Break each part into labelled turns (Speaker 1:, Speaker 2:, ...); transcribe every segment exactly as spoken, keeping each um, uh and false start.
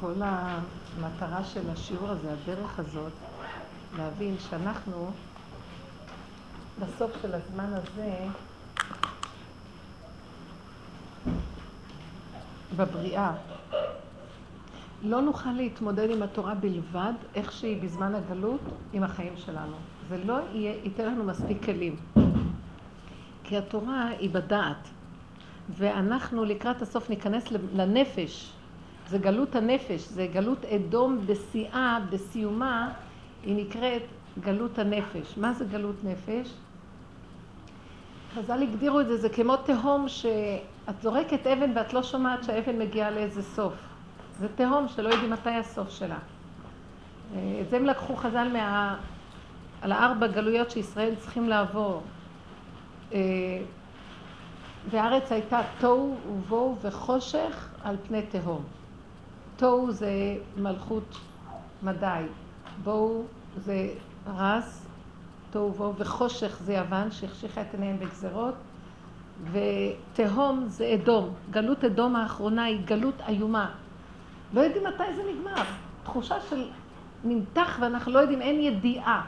Speaker 1: כל המטרה של השיעור הזה, הדרך הזאת, להבין שאנחנו בסוף של הזמן הזה, בבריאה, לא נוכל להתמודד עם התורה בלבד, איך שהיא בזמן הגלות, עם החיים שלנו. זה לא יהיה, ייתן לנו מספיק כלים. כי התורה היא בדעת, ואנחנו לקראת הסוף ניכנס לנפש. זה גלות הנפש, זה גלות אדום בשיאה, בסיומה, היא נקראת גלות הנפש. מה זה גלות נפש? חז"ל הגדירו את זה, זה כמו תהום שאת זורקת אבן ואת לא שומעת שהאבן מגיעה לאיזה סוף. זה תהום שלא יודעים מתי הסוף שלה. את זה הם לקחו חז"ל מה... על הארבע גלויות שישראל צריכים לעבור. והארץ הייתה תוהו ובוהו וחושך על פני תהום. תוהו זה מלכות מדי, בוהו זה רס, תוהו ובוהו, וחושך זה יוון שהחשיכה את עיניהם בגזרות, ותהום זה אדום. גלות אדום האחרונה היא גלות איומה. לא יודעים מתי זה נגמר. תחושה של נמתח ואנחנו לא יודעים, אין ידיעה.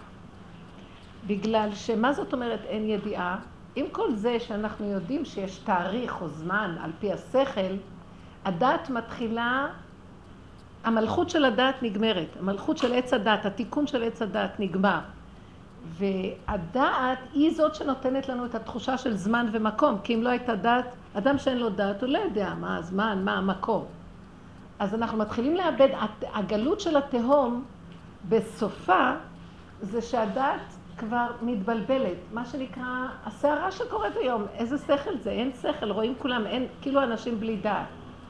Speaker 1: בגלל שמה זאת אומרת אין ידיעה? עם כל זה שאנחנו יודעים שיש תאריך או זמן על פי השכל, הדת מתחילה, המלכות של הדת נגמרת, המלכות של עץ הדת, התיקון של עץ הדת נגמר. והדעת היא זאת שנותנת לנו את התחושה של זמן ומקום, כי אם לא הייתה דת, אדם שאין לו דת, הוא לא יודע מה הזמן, מה המקום. אז אנחנו מתחילים לאבד, הגלות של התהום בסופה, זה שהדת כבר מתבלבלת, מה שנקרא הסערה שקורית היום. איזה שכל זה? אין שכל, רואים כולם, אין, כאילו אנשים בלי דעת.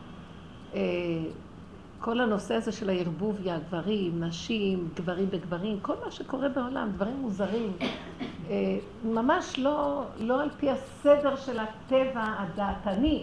Speaker 1: כל הנושא הזה של הערבוביה, גברים, נשים, גברים בגברים, כל מה שקורה בעולם, דברים מוזרים, ממש לא, לא על פי הסדר של הטבע הדעתני.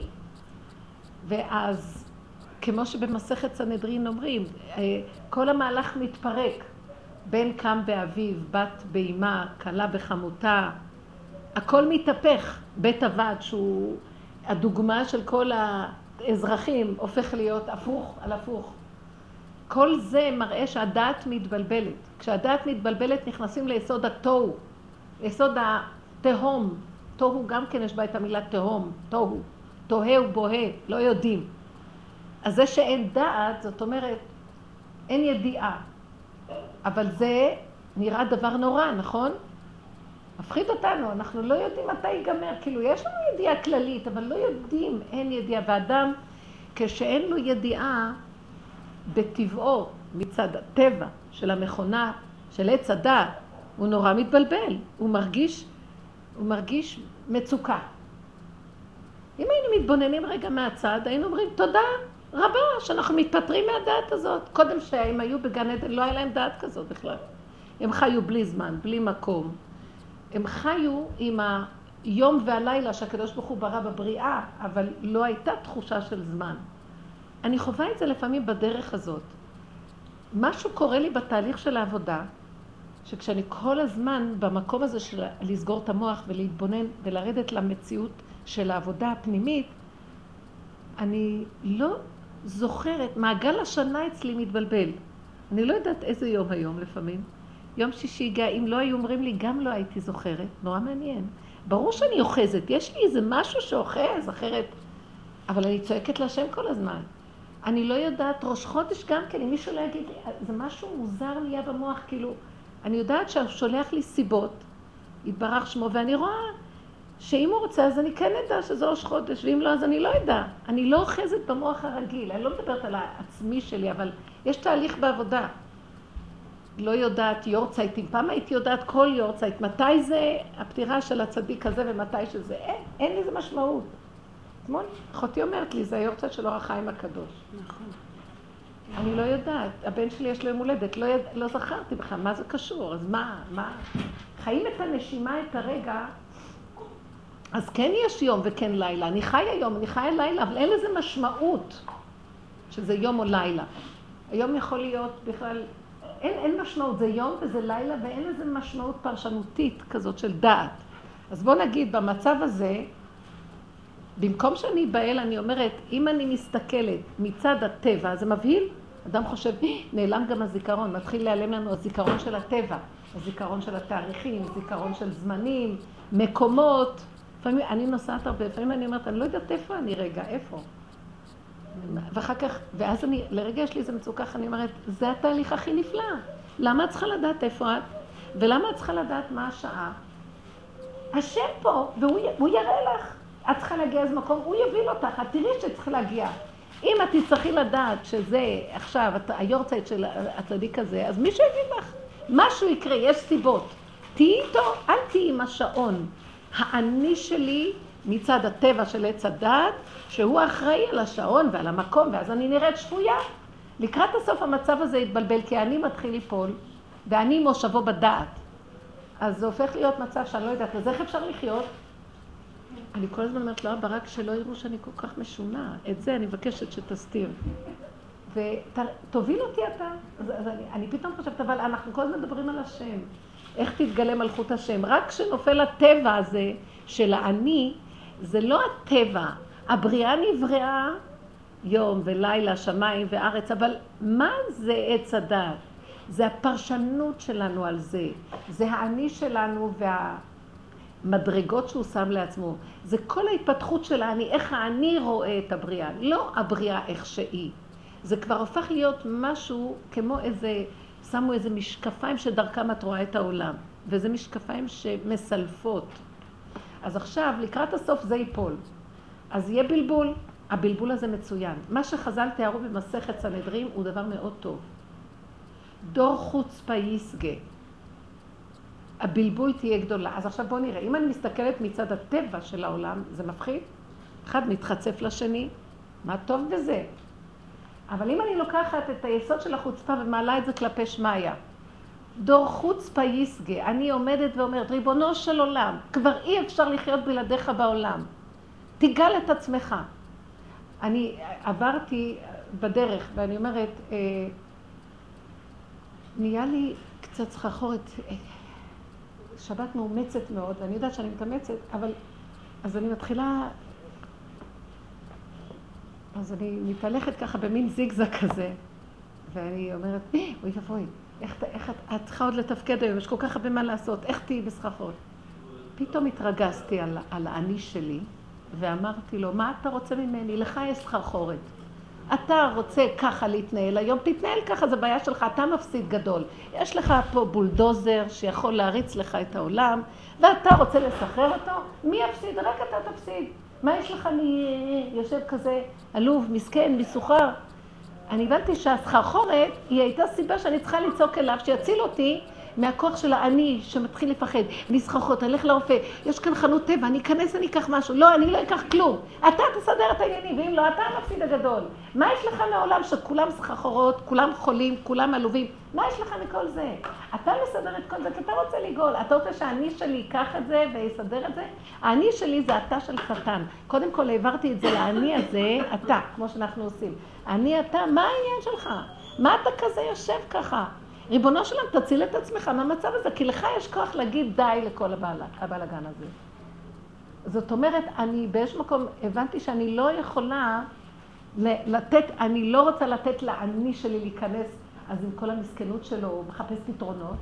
Speaker 1: ואז, כמו שבמסכת סנהדרין אומרים, כל המהלך מתפרק. בן קם באביו, בת באימה, כלה בחמותה, הכל מתהפך. בית הוועד, שהוא הדוגמה של כל האזרחים, הופך להיות הפוך על הפוך. כל זה מראה שהדעת מתבלבלת. כשהדעת מתבלבלת נכנסים ליסוד התוהו, ליסוד התהום. תוהו גם כן יש בה את המילה תהום, תוהו, תוהה ובוהה, לא יודעים. אז זה שאין דעת, זאת אומרת, אין ידיעה. אבל זה נראה דבר נורא, נכון? מפחיד אותנו, אנחנו לא יודעים מתי ייגמר. כאילו, יש לנו ידיעה כללית, אבל לא יודעים, אין ידיעה. ואדם, כשאין לו ידיעה בטבעו, מצד הטבע של המכונה, של עץ הדעת, הוא נורא מתבלבל. הוא מרגיש, הוא מרגיש מצוקה. אם היינו מתבוננים רגע מהצד, היינו אומרים, תודה רבה שאנחנו מתפטרים מהדעת הזאת. קודם שהם היו בגן עדן, לא היה להם דעת כזאת בכלל. הם חיו בלי זמן, בלי מקום. הם חיו עם היום והלילה שהקדוש ברוך הוא ברא בבריאה, אבל לא הייתה תחושה של זמן. אני חווה את זה לפעמים בדרך הזאת. משהו קורה לי בתהליך של העבודה, שכשאני כל הזמן במקום הזה של לסגור את המוח ולהתבונן ולרדת למציאות של העבודה הפנימית, אני לא זוכרת, מעגל השנה אצלי מתבלבל. אני לא יודעת איזה יום היום לפעמים. יום שישי הגיע, אם לא היו אומרים לי, גם לא הייתי זוכרת. נורא מעניין. ברור שאני אוחזת, יש לי איזה משהו שאוחז, אחרת. אבל אני צועקת להשם כל הזמן. אני לא יודעת, ראש חודש גם כן, אם מישהו לא יגיד לי, זה משהו מוזר נהיה במוח, כאילו, אני יודעת שהוא שולח לי סיבות, יתברך שמו, ואני רואה שאם הוא רוצה, אז אני כן אדע שזה ראש חודש, ואם לא, אז אני לא אדע. אני לא אוחזת במוח הרגיל, אני לא מדברת על העצמי שלי, אבל יש תהליך בעבודה. לא יודעת יורצייטים, פעם הייתי יודעת כל יורצייט, מתי זה הפטירה של הצדיק הזה ומתי שזה, אין, אין לזה משמעות. אתמול, אחותי אומרת לי, זה היורצייט של אור החיים הקדוש.
Speaker 2: נכון.
Speaker 1: אני לא יודעת, הבן שלי יש לו יום הולדת, לא, יד... לא זכרתי בכלל, מה זה קשור, אז מה, מה? חיים את הנשימה, את הרגע, אז כן יש יום וכן לילה, אני חי היום, אני חי לילה, אבל אין לזה משמעות שזה יום או לילה. היום יכול להיות בכלל, אין, אין משמעות, זה יום וזה לילה, ואין לזה משמעות פרשנותית כזאת של דעת. אז בוא נגיד, במצב הזה, במקום שאני באל, אני אומרת, אם אני מסתכלת מצד הטבע, זה מבהיל. אדם חושב, נעלם גם הזיכרון, מתחיל להיעלם לנו הזיכרון של הטבע, הזיכרון של התאריכים, זיכרון של זמנים, מקומות. לפעמים אני נוסעת הרבה, לפעמים אני אומרת, אני לא יודעת איפה אני רגע, איפה? ואחר כך, ואז אני, לרגע יש לי איזה מצוקה, אני אומרת, זה התהליך הכי נפלא. למה את צריכה לדעת איפה את? ולמה את צריכה לדעת מה השעה? השם פה, והוא יראה לך. את צריכה להגיע איזה מקום, הוא יוביל אותך, את תראי שאת צריכה להגיע. אם את תצטרכי לדעת שזה עכשיו, היורצייט של הצדיק הזה, אז מישהו יביא לך. משהו יקרה, יש סיבות. תהי איתו, אל תהי עם השעון. האני שלי מצד הטבע של עץ הדעת, שהוא אחראי על השעון ועל המקום, ואז אני נראית שפויה. לקראת הסוף המצב הזה יתבלבל, כי אני מתחיל ליפול, ואני מושבו בדעת. אז זה הופך להיות מצב שאני לא יודעת, אז איך אפשר לחיות? אני כל הזמן אומרת, לא, ברק שלא יראו שאני כל כך משונה. את זה אני מבקשת שתסתיר. ותוביל אותי אתה. אז, אז אני, אני פתאום חושבת, אבל אנחנו כל הזמן מדברים על השם. איך תתגלה מלכות השם? רק כשנופל הטבע הזה של האני, זה לא הטבע. הבריאה נבראה יום ולילה, שמיים וארץ, אבל מה זה עץ הדעת? זה הפרשנות שלנו על זה. זה האני שלנו והמדרגות שהוא שם לעצמו. זה כל ההתפתחות של האני, איך האני רואה את הבריאה. לא הבריאה איך שהיא. זה כבר הופך להיות משהו כמו איזה, שמו איזה משקפיים שדרכם את רואה את העולם. וזה משקפיים שמסלפות. אז עכשיו, לקראת הסוף זה ייפול. אז יהיה בלבול. הבלבול הזה מצוין. מה שחז"ל תיארו במסכת סנהדרין הוא דבר מאוד טוב. דור חוצפה יסגה. הבלבול תהיה גדולה. אז עכשיו בואו נראה. אם אני מסתכלת מצד הטבע של העולם, זה מפחיד. אחד מתחצף לשני. מה טוב בזה? אבל אם אני לוקחת את היסוד של החוצפה ומעלה את זה כלפי שמיה, דור חוצפה יסגה, אני עומדת ואומרת, ריבונו של עולם, כבר אי אפשר לחיות בלעדיך בעולם. תיגל את עצמך. אני עברתי בדרך ואני אומרת, אה, נהיה לי קצת סחרחורת, שבת מאומצת מאוד, ואני יודעת שאני מתאמצת, אבל אז אני מתחילה, אז אני מתהלכת ככה במין זיגזג כזה, ואני אומרת, אוי אבוי, איך, איך את, את צריכה עוד לתפקד היום, יש כל כך הרבה מה לעשות, איך תהיי בסחרחורת? פתאום התרגזתי על, על האני שלי, ואמרתי לו, מה אתה רוצה ממני? לך יש סחרחורת. אתה רוצה ככה להתנהל היום, תתנהל ככה, זה בעיה שלך, אתה מפסיד גדול. יש לך פה בולדוזר שיכול להריץ לך את העולם, ואתה רוצה לסחרר אותו? מי יפסיד? רק אתה תפסיד. מה יש לך? אני יושב כזה עלוב, מסכן, מסוחר. אני הבנתי שהסחרחורת היא הייתה סיבה שאני צריכה לצעוק אליו, שיציל אותי מהכוח של האני שמתחיל לפחד. אני סחרחורת, אני הולך לרופא, יש כאן חנות טבע, אני אכנס, אני אקח משהו. לא, אני לא אקח כלום. אתה תסדר את העניינים, ואם לא, אתה המפסיד הגדול. מה יש לך מהעולם שכולם סחרחורות, כולם חולים, כולם עלובים? מה יש לך מכל זה? אתה מסדר את כל זה, כי אתה רוצה לגאול. אתה רוצה שהאני שלי ייקח את זה ויסדר את זה? האני שלי זה אתה של שטן. קודם כל העברתי את זה לאני הזה, אתה, כמו שאנחנו עושים. אני אתה, מה העניין שלך? מה אתה כזה יושב ככה? ריבונו שלם, תציל את עצמך מהמצב הזה, כי לך יש כוח להגיד די לכל הבלגן הזה. זאת אומרת, אני באיזשהו מקום הבנתי שאני לא יכולה לתת, אני לא רוצה לתת לאני שלי להיכנס, אז עם כל המסכנות שלו הוא מחפש פתרונות.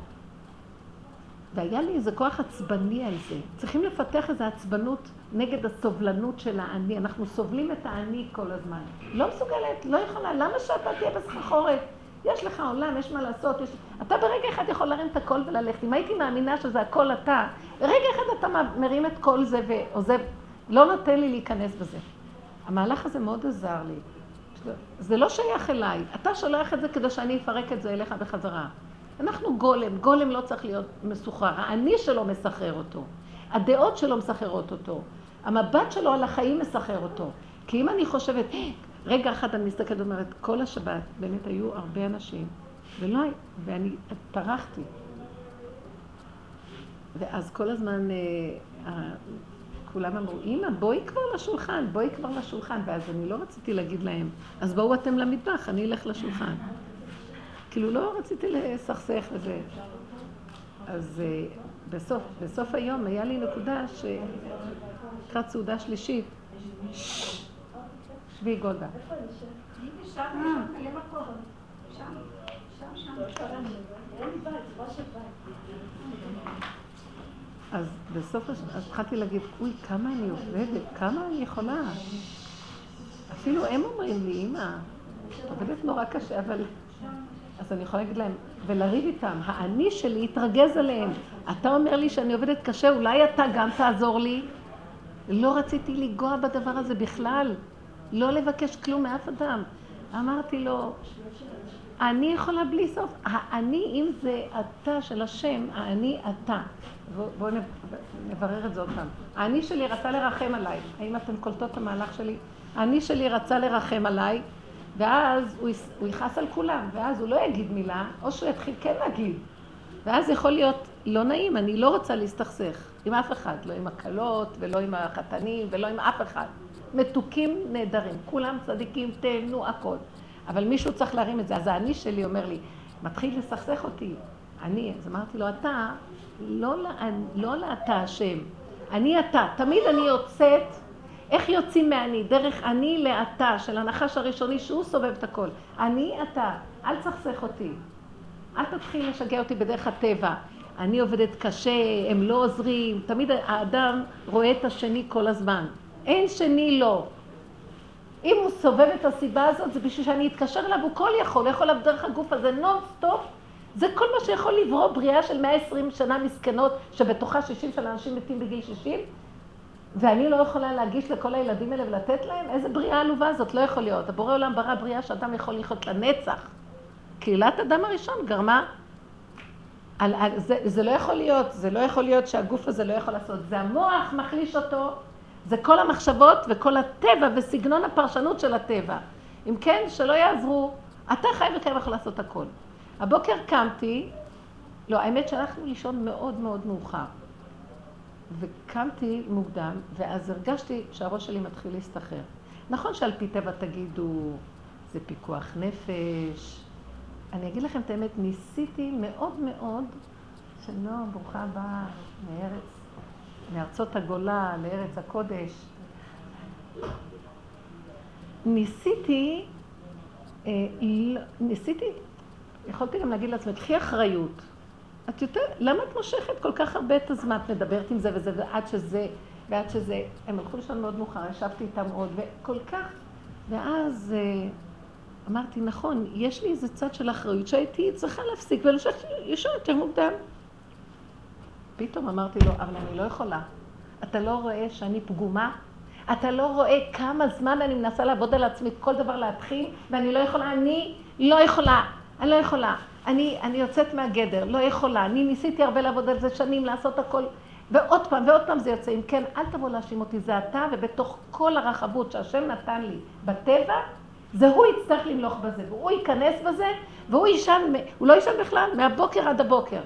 Speaker 1: והיה לי איזה כוח עצבני על זה. צריכים לפתח איזו עצבנות נגד הסובלנות של האני. אנחנו סובלים את האני כל הזמן. לא מסוגלת, לא יכולה. למה שאתה תהיה בסחרחורת? יש לך עולם, יש מה לעשות. יש... אתה ברגע אחד יכול להרים את הכל וללכת. אם הייתי מאמינה שזה הכל אתה, ברגע אחד אתה מרים את כל זה ועוזב, לא נותן לי להיכנס בזה. המהלך הזה מאוד עזר לי. זה לא שייך אליי. אתה שולח את זה כדי שאני אפרק את זה אליך בחזרה. אנחנו גולם. גולם לא צריך להיות מסוחרר. האני שלו מסחרר אותו. הדעות שלו מסחררות אותו. המבט שלו על החיים מסחרר אותו. כי אם אני חושבת... רגע אחד אני מסתכלת ואומרת, כל השבת באמת היו הרבה אנשים, ולא, ואני טרחתי. ואז כל הזמן אה, כולם אמרו, אמא, בואי כבר לשולחן, בואי כבר לשולחן, ואז אני לא רציתי להגיד להם, אז בואו אתם למטבח, אני אלך לשולחן. כאילו לא רציתי לסכסך וזה. אז אה, בסוף, בסוף היום היה לי נקודה שקראת סעודה שלישית, שבי גולדה.
Speaker 2: איפה אני שם? הייתי שם, שם, היה מקום. שם, שם, שם. אין לי בית, זה לא של בית.
Speaker 1: אז בסוף השנה, אז התחלתי להגיד, אוי, כמה אני עובדת, כמה אני יכולה. אפילו הם אומרים לי, אמא, עובדת נורא קשה, אבל... אז אני יכולה להגיד להם, ולריב איתם, האני שלי יתרגז עליהם. אתה אומר לי שאני עובדת קשה, אולי אתה גם תעזור לי? לא רציתי לגוע בדבר הזה בכלל, לא לבקש כלום מאף אדם. אמרתי לו, אני יכולה בלי סוף. האני, אם זה אתה של השם, האני אתה. בואו נברר את זה עוד פעם. האני שלי רצה לרחם עליי. האם אתם קולטות את המהלך שלי? האני שלי רצה לרחם עליי, ואז הוא, הוא יכעס על כולם, ואז הוא לא יגיד מילה, או שהוא יתחיל כן להגיד. ואז יכול להיות לא נעים, אני לא רוצה להסתכסך עם אף אחד, לא עם הקלות, ולא עם החתנים, ולא עם אף אחד. מתוקים נהדרים, כולם צדיקים, תהנו, הכל. אבל מישהו צריך להרים את זה, אז האני שלי אומר לי, מתחיל לסכסך אותי. אני, אז אמרתי לו, אתה, לא, לא לאתה השם, אני אתה, תמיד אני יוצאת, איך יוצאים מאני? דרך אני לאתה של הנחש הראשוני שהוא סובב את הכל. אני אתה, אל תסכסך אותי. אל תתחיל לשגע אותי בדרך הטבע. אני עובדת קשה, הם לא עוזרים. תמיד האדם רואה את השני כל הזמן. אין שני לא. אם הוא סובב את הסיבה הזאת, זה בשביל שאני אתקשר אליו, הוא כל יכול, יכול עליו דרך הגוף הזה, נון סטופ. זה כל מה שיכול לברוא בריאה של מאה ועשרים שנה מסכנות, שבתוכה שישים של אנשים מתים בגיל שישים, ואני לא יכולה להגיש לכל הילדים האלה ולתת להם? איזה בריאה עלובה הזאת? לא יכול להיות. הבורא עולם ברא בריאה שאדם יכול לחיות לנצח. קהילת אדם הראשון גרמה, על, על, זה, זה לא יכול להיות, זה לא יכול להיות שהגוף הזה לא יכול לעשות. זה המוח מחליש אותו, זה כל המחשבות וכל הטבע וסגנון הפרשנות של הטבע. אם כן, שלא יעזרו, אתה חי וקיים יכול לעשות הכל. הבוקר קמתי, לא, האמת שהלכנו לישון מאוד מאוד מאוחר. וקמתי מוקדם, ואז הרגשתי שהראש שלי מתחיל להסתחרר. נכון שעל פי טבע תגידו, זה פיקוח נפש. אני אגיד לכם את האמת, ניסיתי מאוד מאוד, שלום, ברוכה הבאה מארץ, מארצות הגולה, לארץ הקודש. ניסיתי, אה, ניסיתי, יכולתי גם להגיד לעצמי, קחי אחריות. את יותר, למה את מושכת כל כך הרבה את הזמן? את מדברת עם זה וזה, ועד שזה, ועד שזה, הם הלכו לשם מאוד מאוחר, ישבתי איתם עוד, וכל כך, ואז אמרתי, נכון, יש לי איזה צד של אחריות שהייתי צריכה להפסיק ולשכת ישר יותר מוקדם. פתאום אמרתי לו, אבל אני לא יכולה. אתה לא רואה שאני פגומה? אתה לא רואה כמה זמן אני מנסה לעבוד על עצמי, כל דבר להתחיל, ואני לא יכולה, אני לא יכולה, אני לא יכולה. אני, אני יוצאת מהגדר, לא יכולה. אני ניסיתי הרבה לעבוד על זה שנים, לעשות הכל, ועוד פעם, ועוד פעם זה יוצא. אם כן, אל תבוא להאשים אותי, זה אתה, ובתוך כל הרחבות שהשם נתן לי בטבע, זה הוא יצטרך למלוך בזה, והוא ייכנס בזה, והוא ישן, הוא לא ישן בכלל, מהבוקר עד הבוקר.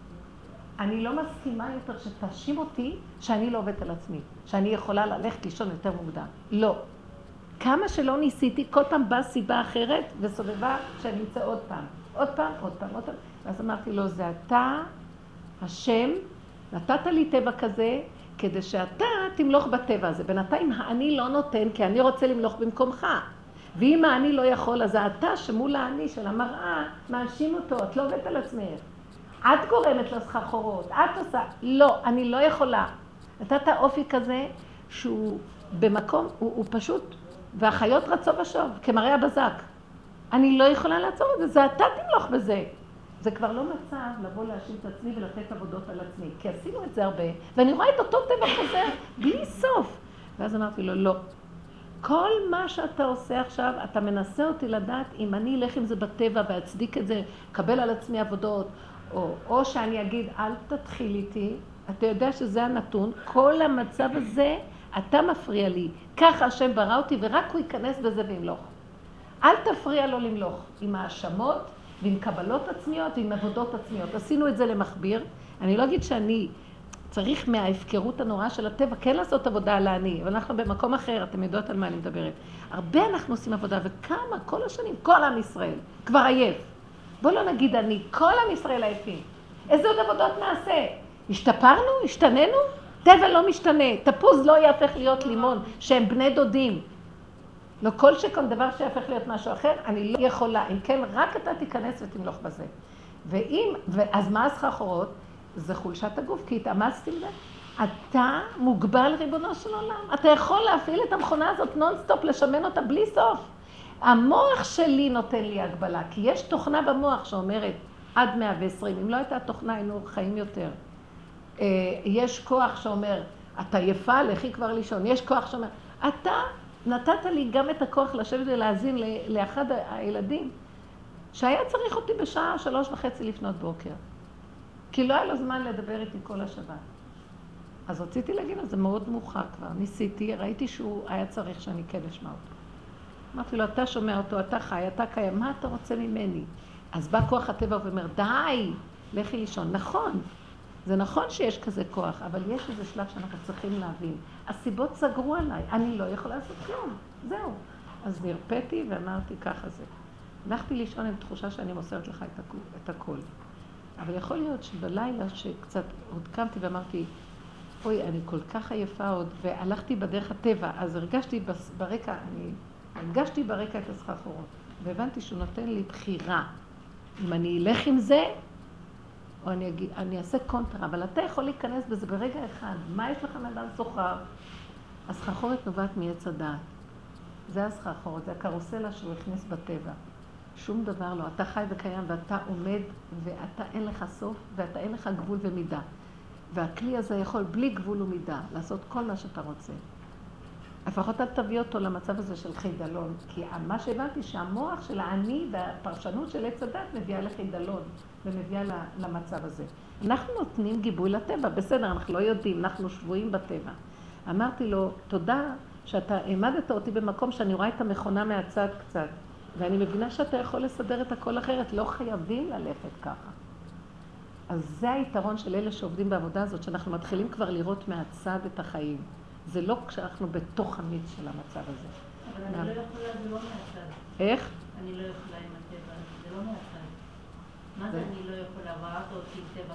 Speaker 1: אני לא מסכימה יותר שתאשים אותי שאני לא עובדת על עצמי, שאני יכולה ללכת לישון יותר מוקדם. לא. כמה שלא ניסיתי, כל פעם באה סיבה אחרת, וסובבה שאני אמצא עוד פעם. עוד פעם, עוד פעם, עוד פעם. ואז אמרתי לו, זה אתה, השם, נתת לי טבע כזה, כדי שאתה תמלוך בטבע הזה. בינתיים האני לא נותן, כי אני רוצה למלוך במקומך. ואם האני לא יכול, אז אתה שמול האני של המראה, מאשים אותו, את לא עובדת על עצמך. את גורמת לסחרחורות, את עושה, לא, אני לא יכולה. נתת אופי כזה שהוא במקום, הוא, הוא פשוט, והחיות רצו ושוב, כמראה הבזק. אני לא יכולה לעצור את זה, זה אתה תמלוך בזה. זה כבר לא מצב לבוא להאשים את עצמי ולתת עבודות על עצמי, כי עשינו את זה הרבה, ואני רואה את אותו טבע חוזר בלי סוף. ואז אמרתי לו, לא. כל מה שאתה עושה עכשיו, אתה מנסה אותי לדעת אם אני אלך עם זה בטבע ואצדיק את זה, קבל על עצמי עבודות, או, או שאני אגיד, אל תתחיל איתי, אתה יודע שזה הנתון, כל המצב הזה, אתה מפריע לי. ככה השם ברא אותי, ורק הוא ייכנס בזה וימלוך. אל תפריע לו למלוך עם האשמות ועם קבלות עצמיות ועם עבודות עצמיות. עשינו את זה למחביר. אני לא אגיד שאני צריך מההפקרות הנוראה של הטבע כן לעשות עבודה על העני, אבל אנחנו במקום אחר, אתם יודעות על מה אני מדברת. הרבה אנחנו עושים עבודה, וכמה, כל השנים, כל עם ישראל, כבר עייף. בוא לא נגיד אני, כל עם ישראל עייפים. איזה עוד עבודות נעשה? השתפרנו? השתננו? הטבע לא משתנה, תפוז לא יהפך להיות לימון, שהם בני דודים. לא כל שכל דבר שיהפך להיות משהו אחר, אני לא יכולה. אם כן, רק אתה תיכנס ותמלוך בזה. ואם, אז מה הסחרחורות? זה חולשת הגוף, כי התאמצתי לזה. אתה מוגבל ריבונו של עולם. אתה יכול להפעיל את המכונה הזאת נונסטופ, לשמן אותה בלי סוף. המוח שלי נותן לי הגבלה, כי יש תוכנה במוח שאומרת עד מאה ועשרים. אם לא הייתה תוכנה, היינו חיים יותר. יש כוח שאומר, אתה יפה, לכי כבר לישון. יש כוח שאומר, אתה נתת לי גם את הכוח לשבת ולהזין לאחד הילדים, שהיה צריך אותי בשעה שלוש וחצי לפנות בוקר. כי לא היה לו זמן לדבר איתי כל השבת. אז רציתי להגיד לו, זה מאוד מאוחר כבר. ניסיתי, ראיתי שהוא היה צריך שאני כן אשמע אותו. אמרתי לו, אתה שומע אותו, אתה חי, אתה קיים, מה אתה רוצה ממני? אז בא כוח הטבע ואומר, די, לכי לישון. נכון, זה נכון שיש כזה כוח, אבל יש איזה שלב שאנחנו צריכים להבין. הסיבות סגרו עליי, אני לא יכולה לעשות כלום, זהו. אז נרפאתי ואמרתי, ככה זה. הלכתי לישון עם תחושה שאני מוסרת לך את הכל. אבל יכול להיות שבלילה שקצת עוד קמתי ואמרתי, אוי, אני כל כך עייפה עוד, והלכתי בדרך הטבע, אז הרגשתי ברקע, אני הרגשתי ברקע את הסחרחורות, והבנתי שהוא נותן לי בחירה. אם אני אלך עם זה, או אני, אגיד, אני אעשה קונטרה, אבל אתה יכול להיכנס בזה ברגע אחד. מה יש לך מאדם סוחר? הסחרחורת נובעת מעץ הדעת. זה הסחרחורת, זה הקרוסלה שהוא הכניס בטבע. שום דבר לא. אתה חי וקיים ואתה עומד ואתה אין לך סוף ואתה אין לך גבול ומידה. והכלי הזה יכול בלי גבול ומידה לעשות כל מה שאתה רוצה. לפחות אל תביא אותו למצב הזה של חידלון, כי מה שהבנתי שהמוח של העני והפרשנות של עץ הדת מביאה לחידלון ומביאה למצב הזה. אנחנו נותנים גיבוי לטבע, בסדר, אנחנו לא יודעים, אנחנו שבויים בטבע. אמרתי לו, תודה שאתה העמדת אותי במקום שאני רואה את המכונה מהצד קצת, ואני מבינה שאתה יכול לסדר את הכל אחרת, לא חייבים ללכת ככה. אז זה היתרון של אלה שעובדים בעבודה הזאת, שאנחנו מתחילים כבר לראות מהצד את החיים. זה לא כשאנחנו בתוך המיץ של המצב הזה.
Speaker 2: אבל אני לא יכולה, זה לא מהצד.
Speaker 1: איך?
Speaker 2: אני לא יכולה עם הטבע, זה לא מהצד. מה זה אני לא יכולה? בראת אותי עם טבע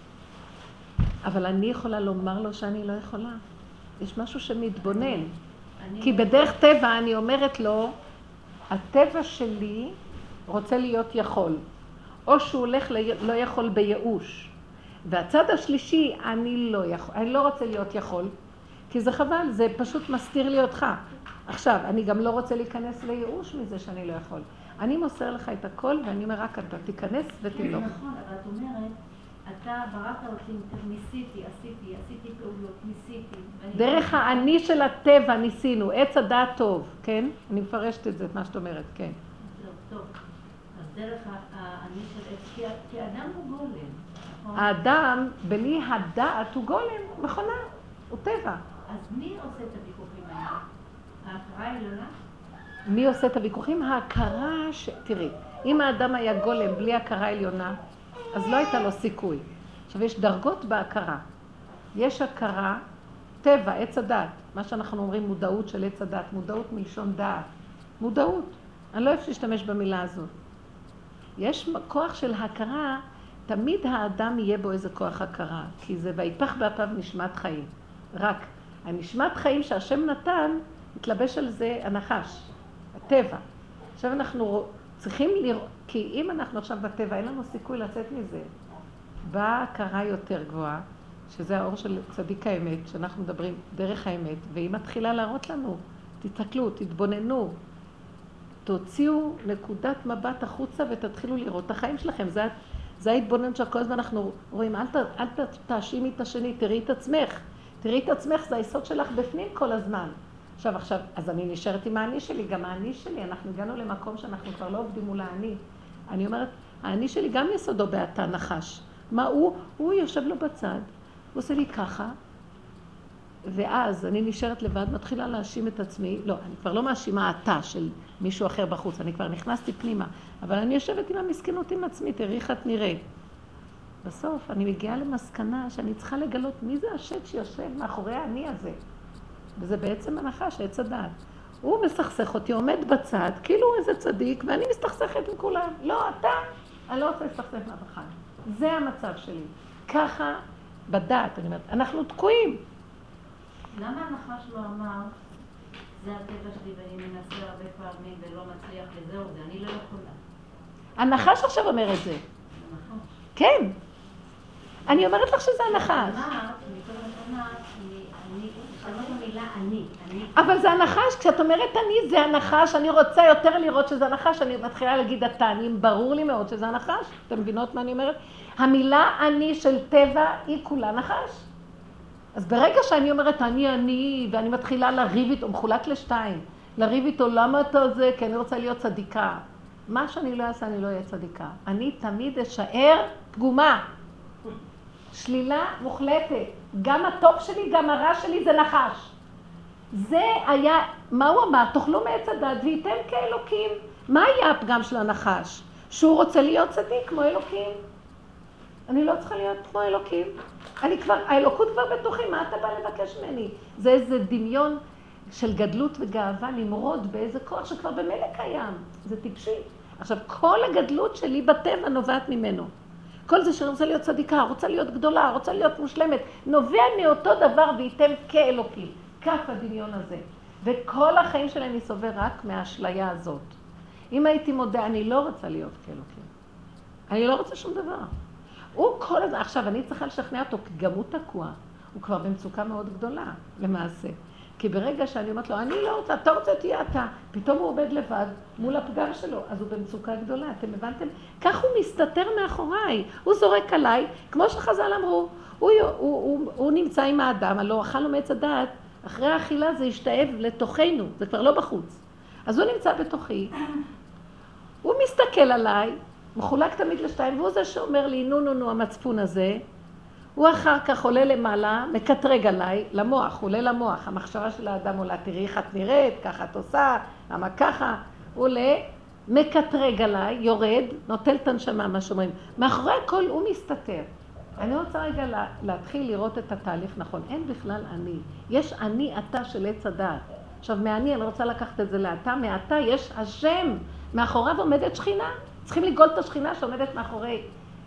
Speaker 2: כזה.
Speaker 1: אבל אני יכולה לומר לו שאני לא יכולה. יש משהו שמתבונן. כי בדרך טבע אני אומרת לו, הטבע שלי רוצה להיות יכול. או שהוא הולך לא יכול בייאוש. והצד השלישי, אני לא יכול, אני לא רוצה להיות יכול. כי זה חבל, זה פשוט מסתיר לי אותך. עכשיו, אני גם לא רוצה להיכנס לייאוש מזה שאני לא יכול. אני מוסר לך את הכל, ואני אומר רק אתה תיכנס ותמלוך.
Speaker 2: כן, נכון, אבל את אומרת, אתה בראת אותי, ניסיתי, עשיתי, עשיתי פעולות, ניסיתי.
Speaker 1: דרך האני של הטבע ניסינו, עץ הדעת טוב, כן? אני מפרשת את זה, את מה שאת אומרת, כן.
Speaker 2: טוב, טוב. אז דרך האני של עץ, כי האדם הוא גולם, נכון?
Speaker 1: האדם, בלי הדעת הוא גולם, מכונה, הוא טבע.
Speaker 2: אז מי עושה את הוויכוחים האלה? ההכרה העליונה?
Speaker 1: מי עושה את הוויכוחים? ההכרה ש... תראי, אם האדם היה גולם בלי הכרה עליונה, אז לא הייתה לו סיכוי. עכשיו, יש דרגות בהכרה. יש הכרה, טבע, עץ הדעת. מה שאנחנו אומרים מודעות של עץ הדעת. מודעות מלשון דעת. מודעות. אני לא אוהב להשתמש במילה הזאת. יש כוח של הכרה, תמיד האדם יהיה בו איזה כוח הכרה. כי זה ויפח באפיו נשמת חיים. רק הנשמת חיים שהשם נתן, מתלבש על זה הנחש, הטבע. עכשיו אנחנו צריכים לראות, כי אם אנחנו עכשיו בטבע, אין לנו סיכוי לצאת מזה. באה הכרה יותר גבוהה, שזה האור של צדיק האמת, שאנחנו מדברים דרך האמת, והיא מתחילה להראות לנו, תתקלו, תתבוננו, תוציאו נקודת מבט החוצה ותתחילו לראות את החיים שלכם. זה, זה ההתבונן שכל הזמן אנחנו רואים, אל, ת, אל ת, תאשימי את השני, תראי את עצמך. תראי את עצמך, זה היסוד שלך בפנים כל הזמן. עכשיו, עכשיו, אז אני נשארת עם האני שלי, גם האני שלי, אנחנו הגענו למקום שאנחנו כבר לא עובדים מול האני. אני אומרת, האני שלי גם יסודו באתה נחש. מה הוא? הוא יושב לו בצד, הוא עושה לי ככה, ואז אני נשארת לבד, מתחילה להאשים את עצמי, לא, אני כבר לא מאשימה אתה של מישהו אחר בחוץ, אני כבר נכנסתי פנימה, אבל אני יושבת עם המסכנות עם עצמי, תראי איך את נראית. בסוף אני מגיעה למסקנה שאני צריכה לגלות מי זה השד שיושב מאחורי האני הזה. וזה בעצם הנחש, עץ הדעת. הוא מסכסך אותי, עומד בצד, כאילו הוא איזה צדיק, ואני מסתכסכת עם כולם. לא, אתה, אני לא רוצה להסתכסך מהבחן. זה המצב שלי. ככה בדעת, אני אומרת, אנחנו תקועים.
Speaker 2: למה הנחש לא אמר, זה הטבע שלי ואני מנסה הרבה פעמים ולא מצליח וזהו, זה אני לא יכולה.
Speaker 1: הנחש עכשיו אומר את זה. כן. אני אומרת לך שזה הנחש. אבל זה הנחש, כשאת אומרת אני, זה הנחש, אני רוצה יותר לראות שזה הנחש, אני מתחילה להגיד אתה, אני ברור לי מאוד שזה הנחש. אתם מבינות מה אני אומרת? המילה אני של טבע היא כולה נחש. אז ברגע שאני אומרת אני, אני, ואני מתחילה לריב איתו, מחולק לשתיים, לריב איתו, למה אתה זה? כי אני רוצה להיות צדיקה. מה שאני לא אעשה, אני לא אהיה צדיקה. אני תמיד אשאר פגומה. שלילה מוחלטת. גם הטוב שלי, גם הרע שלי זה נחש. זה היה, מה הוא אמר? תאכלו מעץ הדת וייתם כאלוקים. מה היה הפגם של הנחש? שהוא רוצה להיות צדיק כמו אלוקים. אני לא צריכה להיות כמו אלוקים. אני כבר, האלוקות כבר בתוכי, מה אתה בא לבקש ממני? זה איזה דמיון של גדלות וגאווה למרוד באיזה כוח שכבר במילא קיים. זה טיפשי. עכשיו, כל הגדלות שלי בטבע נובעת ממנו. כל זה שאני רוצה להיות צדיקה, רוצה להיות גדולה, רוצה להיות מושלמת, נובע מאותו דבר וייתם כאלוקים. כך הדמיון הזה. וכל החיים שלי אני סובר רק מהאשליה הזאת. אם הייתי מודה, אני לא רוצה להיות כאלוקים. אני לא רוצה שום דבר. הוא כל הזמן, עכשיו אני צריכה לשכנע אותו, כי גם הוא תקוע. הוא כבר במצוקה מאוד גדולה, למעשה. כי ברגע שאני אומרת לו, אני לא רוצה, אתה רוצה תהיה אתה. פתאום הוא עובד לבד מול הפגם שלו, אז הוא במצוקה גדולה. אתם הבנתם? כך הוא מסתתר מאחוריי. הוא זורק עליי, כמו שחז"ל אמרו. הוא, הוא, הוא, הוא נמצא עם האדם, הלא אכל לו מעץ הדעת, אחרי האכילה זה ישתאב לתוכנו, זה כבר לא בחוץ. אז הוא נמצא בתוכי, הוא מסתכל עליי, מחולק תמיד לשתיים, והוא זה שאומר לי, נו נו נו, המצפון הזה, הוא אחר כך עולה למעלה, מקטרג עליי, למוח, הוא עולה למוח, המחשבה של האדם עולה, תראי איך את נראית, ככה את עושה, למה ככה, הוא עולה, מקטרג עליי, יורד, נוטל את הנשמה, מה שאומרים. מאחורי הכל הוא מסתתר. אני רוצה רגע לה, להתחיל לראות את התהליך נכון. אין בכלל אני. יש אני אתה של עץ הדעת. עכשיו, מהני אני רוצה לקחת את זה לאתה, מאתה יש השם. מאחוריו עומדת שכינה. צריכים לגאול את השכינה שעומדת מאחורי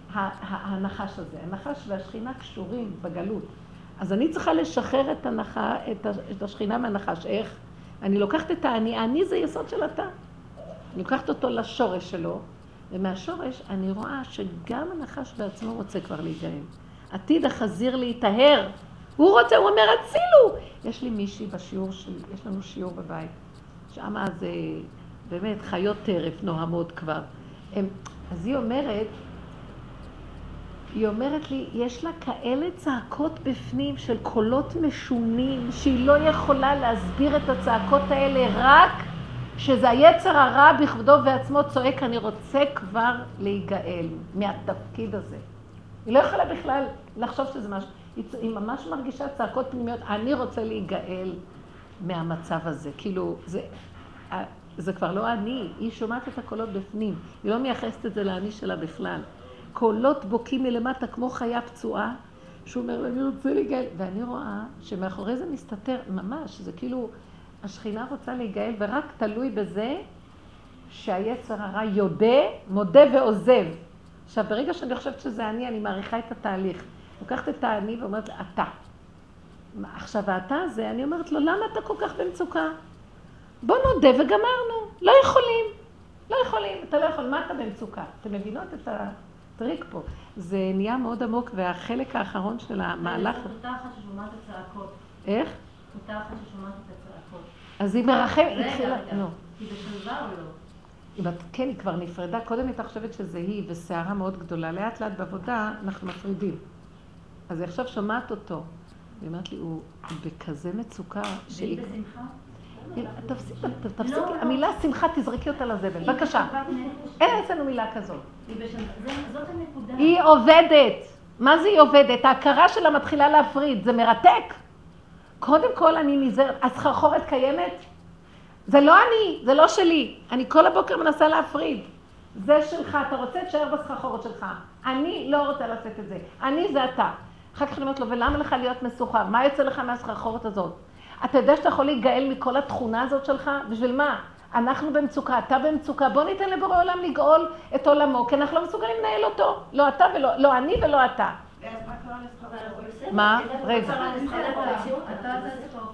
Speaker 1: הנחש הזה. הנחש והשכינה קשורים בגלות. אז אני צריכה לשחרר את, הנחה, את השכינה מהנחש. איך? אני לוקחת את האני. האני זה יסוד של אתה. אני לוקחת אותו לשורש שלו. ומהשורש אני רואה שגם הנחש בעצמו רוצה כבר להיגאל. עתיד החזיר להיטהר. הוא רוצה, הוא אומר, הצילו. יש לי מישהי בשיעור שלי, יש לנו שיעור בבית. שמה זה באמת חיות טרף נוהמות כבר. הם, אז היא אומרת, היא אומרת לי, יש לה כאלה צעקות בפנים של קולות משונים, שהיא לא יכולה להסביר את הצעקות האלה רק שזה היצר הרע בכבודו ועצמו צועק, אני רוצה כבר להיגאל מהתפקיד הזה. היא לא יכולה בכלל לחשוב שזה משהו. היא ממש מרגישה צעקות פנימיות, אני רוצה להיגאל מהמצב הזה. כאילו, זה, זה כבר לא אני, היא שומעת את הקולות בפנים. היא לא מייחסת את זה לאני שלה בכלל. קולות בוקים מלמטה כמו חיה פצועה, שהוא אומר, אני רוצה להיגאל. ואני רואה שמאחורי זה מסתתר ממש, זה כאילו, השכינה רוצה להיגאל, ורק תלוי בזה שהיצר הרע יודע, מודה ועוזב. עכשיו, ברגע שאני חושבת שזה אני, אני מעריכה את התהליך. לוקחת את האני ואומרת, אתה. עכשיו, האתה הזה, אני אומרת לו, למה אתה כל כך במצוקה? בוא נודה וגמרנו. לא יכולים. לא יכולים. אתה לא יכול. מה אתה במצוקה? אתם מבינות את הטריק פה. זה נהיה מאוד עמוק, והחלק האחרון של המהלך...
Speaker 2: זאת אותה אחת ששומעת את הצעקות.
Speaker 1: איך?
Speaker 2: אותה אחת ששומעת את הצעקות.
Speaker 1: אז היא מרחמת,
Speaker 2: רגע,
Speaker 1: התחילה...
Speaker 2: רגע. היא בשלווה או לא?
Speaker 1: כן, היא כבר נפרדה. קודם הייתה חושבת שזה היא וסערה מאוד גדולה. לאט לאט בעבודה אנחנו מפרידים. אז היא עכשיו שומעת אותו. היא אומרת לי, הוא בכזה מצוקה
Speaker 2: שהיא... והיא בשמחה?
Speaker 1: תפסיק, תפסיק. המילה שמחה תזרקי אותה לזבל. בבקשה. אין אצלנו מילה כזאת.
Speaker 2: זאת הנקודה.
Speaker 1: היא עובדת. מה זה היא עובדת? ההכרה שלה מתחילה להפריד. זה מרתק. קודם כל אני נזהרת. הסחרחורת קיימת? זה לא אני, זה לא שלי. אני כל הבוקר מנסה להפריד. זה שלך, אתה רוצה תשאר בסחרחורת שלך. אני לא רוצה לעשות את זה. אני זה אתה. אחר כך אני אומרת לו, ולמה לך להיות מסוחר? מה יוצא לך מהסחרחורת הזאת? אתה יודע שאתה יכול להיגאל מכל התכונה הזאת שלך? בשביל מה? אנחנו במצוקה, אתה במצוקה. בוא ניתן לבורא עולם לגאול את עולמו, כי אנחנו לא מסוגלים לנהל אותו. לא אתה ולא, לא אני ולא אתה. מה? רגע.
Speaker 2: אתה זה סחרחורת.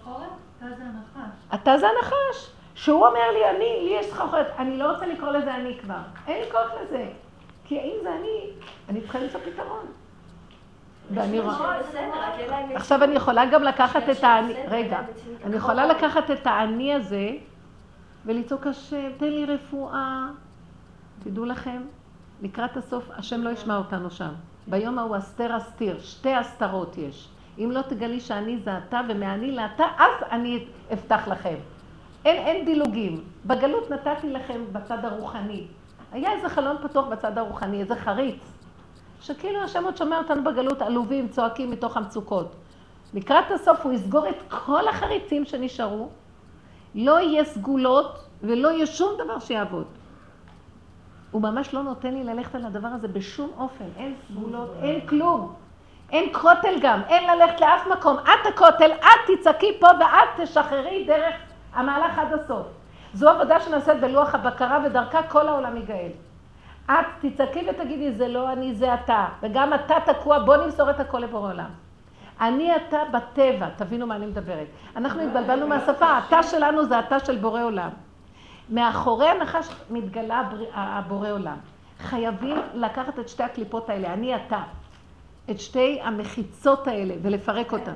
Speaker 2: אתה זה הנחש.
Speaker 1: אתה זה הנחש. שהוא אומר לי, אני, לי יש סחרחורת, אני לא רוצה לקרוא לזה אני כבר. אין לי כוח לזה. כי אם זה אני, אני צריכה למצוא פתרון. ואני רואה... עכשיו אני יכולה גם לקחת את האני... רגע, אני יכולה לקחת את האני הזה ולצעוק השם, תן לי רפואה. תדעו לכם, לקראת הסוף, השם לא ישמע אותנו שם. ביום ההוא אסתר אסתיר, שתי אסתרות יש. אם לא תגלי שאני זה אתה ומעני לאתה, אז אני אפתח לכם. אין, אין דילוגים. בגלות נתתי לכם בצד הרוחני. היה איזה חלון פתוח בצד הרוחני, איזה חריץ. שכאילו השם עוד שומע אותנו בגלות, עלובים, צועקים מתוך המצוקות. לקראת הסוף הוא יסגור את כל החריצים שנשארו, לא יהיה סגולות ולא יהיה שום דבר שיעבוד. הוא ממש לא נותן לי ללכת על הדבר הזה בשום אופן. אין סגולות, אין כלום. אין כותל גם, אין ללכת לאף מקום. את הכותל, את תצעקי פה ואת תשחררי דרך המהלך עד הסוף. זו עבודה שנעשית בלוח הבקרה ודרכה כל העולם יגאל. את תצעקי ותגידי, זה לא אני, זה אתה. וגם אתה תקוע, בוא נמסור את הכל לבורא עולם. אני אתה בטבע, תבינו מה אני מדברת. אנחנו התבלבלנו מהשפה, אתה שלנו זה אתה של בורא עולם. מאחורי הנחש מתגלה הבורא עולם. חייבים לקחת את שתי הקליפות האלה, אני אתה. את שתי המחיצות האלה ולפרק אותן.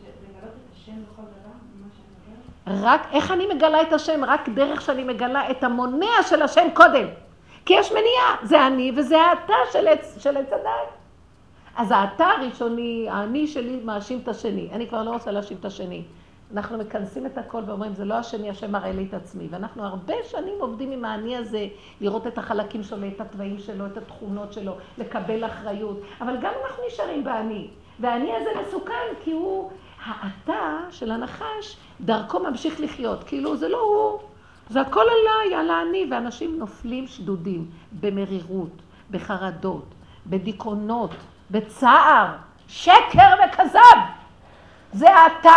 Speaker 1: רק, איך אני מגלה את השם? רק דרך שאני מגלה את המונע של השם קודם. כי יש מניעה, זה אני וזה האתה של עץ, של עץ הדת. אז האתה הראשוני, האני שלי מאשים את השני. אני כבר לא רוצה להאשים את השני. אנחנו מכנסים את הכל ואומרים, זה לא השני, השם מראה לי את עצמי. ואנחנו הרבה שנים עובדים עם האני הזה, לראות את החלקים שלו, את התוואים שלו, את התכונות שלו, לקבל אחריות. אבל גם אנחנו נשארים באני. והאני הזה מסוכן, כי הוא, האתה של הנחש, דרכו ממשיך לחיות. כאילו זה לא הוא, זה הכל עליי, על האני. ואנשים נופלים שדודים, במרירות, בחרדות, בדיכאונות, בצער, שקר וכזב. זה האתה.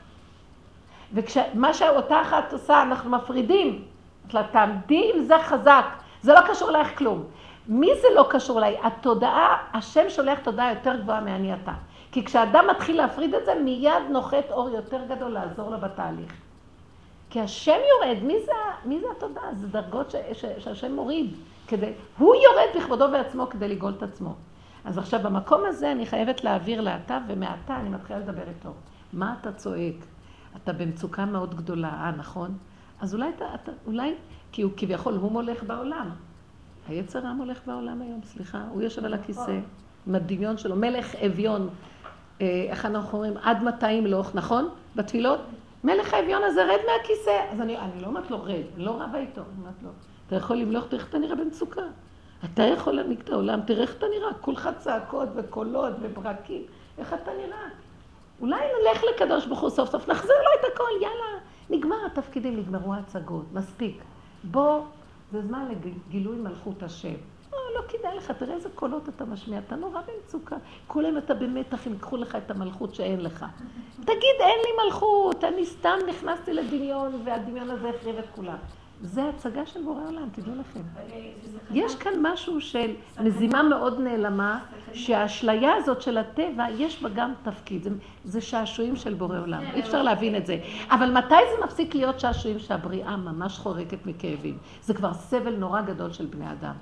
Speaker 1: ומה שאותה אחת עושה, אנחנו מפרידים. תעמדי עם זה חזק. זה לא קשור לך כלום. מי זה לא קשור אליי? התודעה, השם שולח תודעה יותר גבוהה מעני אתה. כי כשאדם מתחיל להפריד את זה, מיד נוחת אור יותר גדול לעזור לו בתהליך. כי השם יורד, מי זה, מי זה התודעה? זה דרגות ש, ש, שהשם מוריד. כדי, הוא יורד בכבודו בעצמו כדי לגאול את עצמו. אז עכשיו במקום הזה אני חייבת להעביר לאתה, ומעתה אני מתחילה לדבר איתו. מה אתה צועק? אתה במצוקה מאוד גדולה, אה, נכון? אז אולי אתה, אתה אולי, כי הוא כביכול, הוא מולך בעולם. היצר העם הולך בעולם היום, סליחה, הוא יושב על הכיסא, עם הדמיון שלו, מלך אביון, אה, איך אנחנו אומרים, עד מתי ימלוך, נכון? בתפילות? מלך האביון הזה רד מהכיסא. אז אני, אני לא אומרת לו רד, אני לא רבה איתו, אני אומרת לו, אתה יכול למלוך, תראה איך אתה נראה במצוקה. אתה יכול להנהיג את העולם, תראה איך אתה נראה, כולך צעקות וקולות וברקים, איך אתה נראה? אולי נלך לקדוש ברוך הוא סוף סוף, נחזיר לו את הכל, יאללה, נגמר התפקידים, נגמרו ההצגות, מספיק. בוא, זה זמן לגילוי מלכות השם. לא, לא כדאי לך, תראה איזה קולות אתה משמיע, אתה נורא במצוקה. כולם אתה במתח, הם יקחו לך את המלכות שאין לך. תגיד, אין לי מלכות, אני סתם נכנסתי לדמיון, והדמיון הזה החריב את כולם. זה הצגה של בורא עולם, תדעו לכם. יש כאן משהו של מזימה מאוד נעלמה, שהאשליה הזאת של הטבע, יש בה גם תפקיד. זה, זה שעשועים של בורא עולם, אי אפשר להבין את זה. אבל מתי זה מפסיק להיות שעשועים שהבריאה ממש חורקת מכאבים? זה כבר סבל נורא גדול של בני אדם.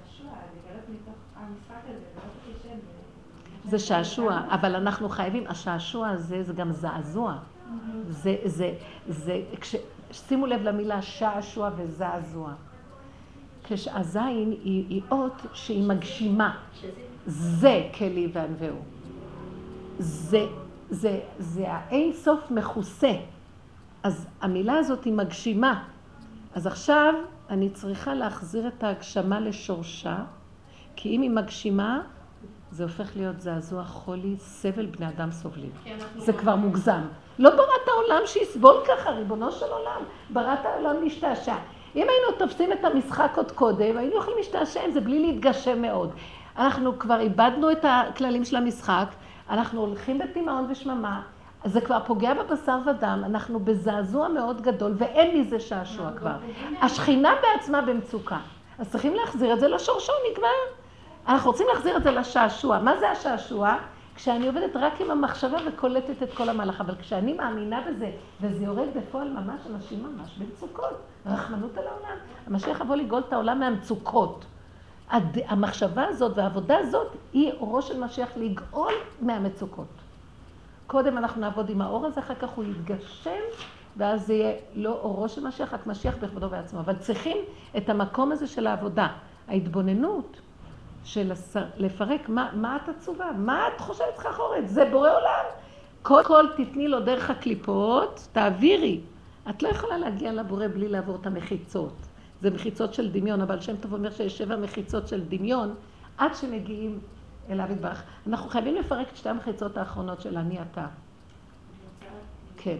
Speaker 1: זה שעשוע, אבל אנחנו חייבים, השעשוע הזה זה גם זעזוע. זה, זה, זה, כש... שימו לב למילה שעשוע וזעזוע. כשהזין היא, היא אות שהיא מגשימה. זה כלי וענווהו. זה, זה, זה האין סוף מכוסה. אז המילה הזאת היא מגשימה. אז עכשיו אני צריכה להחזיר את ההגשמה לשורשה, כי אם היא מגשימה, זה הופך להיות זעזוע, חולי, סבל, בני אדם סובלים. זה כבר מוגזם. לא בראת העולם שיסבול ככה, ריבונו של עולם. בראת העולם להשתעשע. אם היינו תופסים את המשחק עוד קודם, היינו יכולים להשתעשע עם זה בלי להתגשם מאוד. אנחנו כבר איבדנו את הכללים של המשחק, אנחנו הולכים בתימהון ושממה, זה כבר פוגע בבשר ודם, אנחנו בזעזוע מאוד גדול, ואין מזה שעשוע כבר. השכינה בעצמה במצוקה. אז צריכים להחזיר את זה לשורשו, נגמר. אנחנו רוצים להחזיר את זה לשעשוע. מה זה השעשוע? כשאני עובדת רק עם המחשבה וקולטת את כל המהלך, אבל כשאני מאמינה בזה, וזה יורד בפועל ממש, אנשים ממש במצוקות, רחמנות על העולם. המשיח יבוא לגאול את העולם מהמצוקות. המחשבה הזאת והעבודה הזאת היא אורו של משיח לגאול מהמצוקות. קודם אנחנו נעבוד עם האור הזה, אחר כך הוא יתגשם, ואז זה יהיה לא אורו של משיח, רק משיח בכבודו בעצמו. אבל צריכים את המקום הזה של העבודה, ההתבוננות של לפרק מה, מה את עצובה, מה את חושבת חכורת, זה בורא עולם. כל כל תתני לו דרך הקליפות, תעבירי. את לא יכולה להגיע לבורא בלי לעבור את המחיצות. זה מחיצות של דמיון, אבל שם טוב אומר שיש שבע מחיצות של דמיון, עד שמגיעים אליו יתברך. אנחנו חייבים לפרק את שתי המחיצות האחרונות של אני אתה. כן.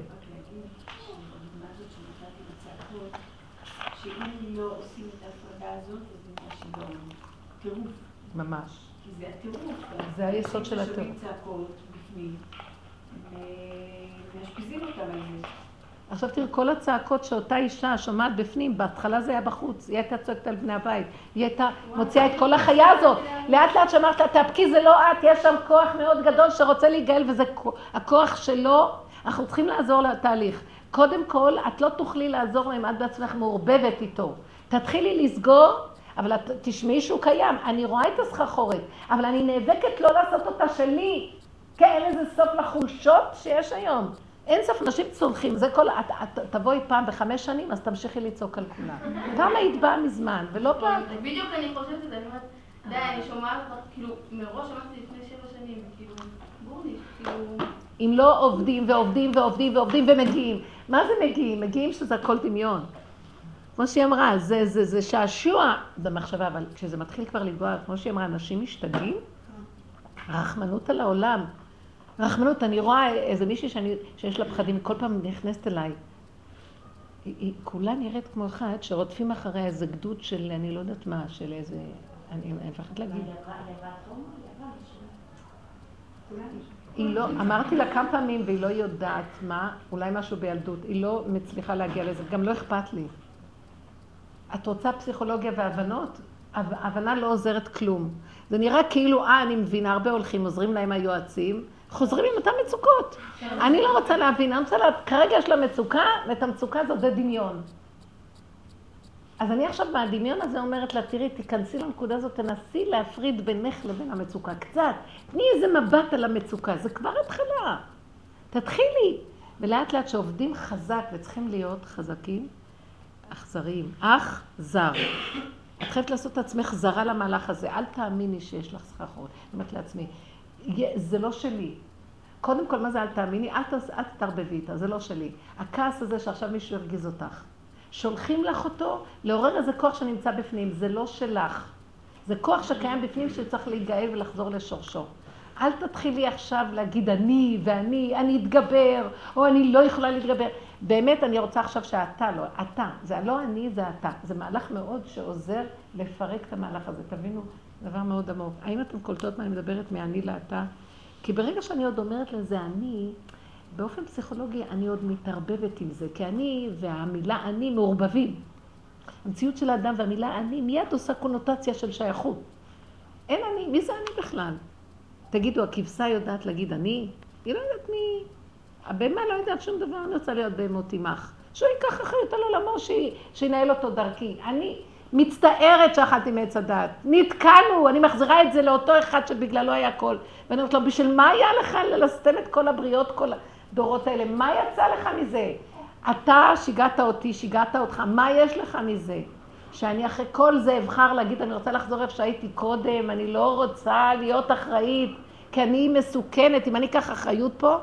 Speaker 2: שאם לא עושים את ההפרדה הזאת, אז זה משהו טירוף.
Speaker 1: ממש.
Speaker 2: כי זה הטירוף.
Speaker 1: זה היסוד של הטירוף.
Speaker 2: שומעים צעקות בפנים, ומשפיזים אותם על זה.
Speaker 1: עכשיו תראו, כל הצעקות שאותה אישה שומעת בפנים, בהתחלה זה היה בחוץ, היא הייתה צועקת על בני הבית, היא הייתה מוציאה את כל החיה הזאת. לאט לאט שאמרת לה, תאפקי, זה לא את, יש שם כוח מאוד גדול שרוצה להיגאל, וזה הכוח שלו, אנחנו צריכים לעזור לתהליך. קודם כל, את לא תוכלי לעזור אם את בעצמך מעורבבת איתו. תתחילי לסגור, אבל את תשמעי שהוא קיים. אני רואה את הסחרחורת, אבל אני נאבקת לא לעשות אותה שלי. כן, אין איזה סוף לחושות שיש היום. אין סוף, אנשים צורכים. זה כל, את, את, תבואי פעם בחמש שנים, אז תמשיכי לצעוק על כולם. פעם היית באה מזמן, ולא פעם...
Speaker 3: בדיוק אני חושבת את זה, אני אומרת, די, אני שומעת, כאילו, מראש אמרתי לפני שבע שנים, כאילו, בורניש, כאילו...
Speaker 1: אם לא עובדים ועובדים ועובדים ועובדים ומגיעים. מה זה מגיעים? מגיעים שזה הכל דמיון. כמו שהיא אמרה, זה, זה, זה שעשוע, זה מחשבה, אבל כשזה מתחיל כבר לגוע, כמו שהיא אמרה, אנשים משתגעים, רחמנות על העולם. רחמנות, אני רואה איזה מישהי שאני, שיש לה פחדים, כל פעם נכנסת אליי. היא, היא כולה נראית כמו אחד שרודפים אחריה איזה גדוד של, אני לא יודעת מה, של איזה, אני מפחדת להגיד. היא לא, אמרתי לה כמה פעמים והיא לא יודעת מה, אולי משהו בילדות, היא לא מצליחה להגיע לזה, גם לא אכפת לי. את רוצה פסיכולוגיה והבנות? הבנה לא עוזרת כלום. זה נראה כאילו, אה, אני מבינה, הרבה הולכים, עוזרים להם היועצים, חוזרים עם אותם מצוקות. אני לא רוצה להבין, אני רוצה להבין, כרגע יש לה מצוקה, ואת המצוקה הזאת זה דמיון. אז אני עכשיו מהדמיון הזה אומרת לה, תראי, תיכנסי לנקודה הזאת, תנסי להפריד בינך לבין המצוקה. קצת, תני איזה מבט על המצוקה, זה כבר התחלה. תתחילי. ולאט לאט שעובדים חזק וצריכים להיות חזקים, אכזריים. אך זר. את חייבת לעשות את עצמך זרה למהלך הזה. אל תאמיני שיש לך סחרחורת. אני אומרת לעצמי, זה לא שלי. קודם כל, מה זה אל תאמיני? אל, אל תתערבבי איתה, זה לא שלי. הכעס הזה שעכשיו מישהו הרגיז אותך. שולחים לך אותו, לעורר איזה כוח שנמצא בפנים, זה לא שלך. זה כוח שקיים בפנים שצריך להיגאל ולחזור לשורשו. אל תתחילי עכשיו להגיד אני ואני, אני אתגבר, או אני לא יכולה להתגבר. באמת אני רוצה עכשיו שאתה לא, אתה, זה לא אני, זה אתה. זה מהלך מאוד שעוזר לפרק את המהלך הזה. תבינו, דבר מאוד עמוק. האם אתם קולטות מה אני מדברת מאני לאתה? כי ברגע שאני עוד אומרת לזה אני, באופן פסיכולוגי אני עוד מתערבבת עם זה, כי אני והמילה אני מעורבבים. המציאות של האדם והמילה אני מיד עושה קונוטציה של שייכות. אין אני, מי זה אני בכלל? תגידו, הכבשה יודעת להגיד אני? היא לא יודעת מי. הבמה לא יודעת שום דבר, אני רוצה להיות בהמות עמך. שהוא ייקח אחריות על עולמו, שינהל אותו דרכי. אני מצטערת שאכלתי מעץ הדעת. נתקענו, אני מחזירה את זה לאותו אחד שבגללו היה הכל. ואני אומרת לו, בשביל מה היה לך ללסתם את כל הבריות, כל הדורות האלה? מה יצא לך מזה? אתה שיגעת אותי, שיגעת אותך, מה יש לך מזה? שאני אחרי כל זה אבחר להגיד, אני רוצה לחזור איפה שהייתי קודם, אני לא רוצה להיות אחראית, כי אני מסוכנת, אם אני אקח אחריות פה,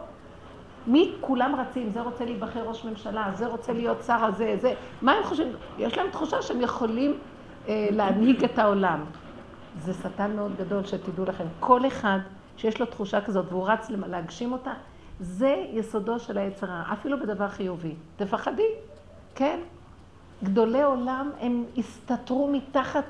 Speaker 1: מי כולם רצים? זה רוצה להיבחר ראש ממשלה, זה רוצה להיות שר הזה, זה. מה הם חושבים? יש להם תחושה שהם יכולים אה, להנהיג את העולם. זה שטן מאוד גדול שתדעו לכם. כל אחד שיש לו תחושה כזאת והוא רץ להגשים אותה, זה יסודו של היצר הרע, אפילו בדבר חיובי. תפחדי, כן? גדולי עולם הם הסתתרו מתחת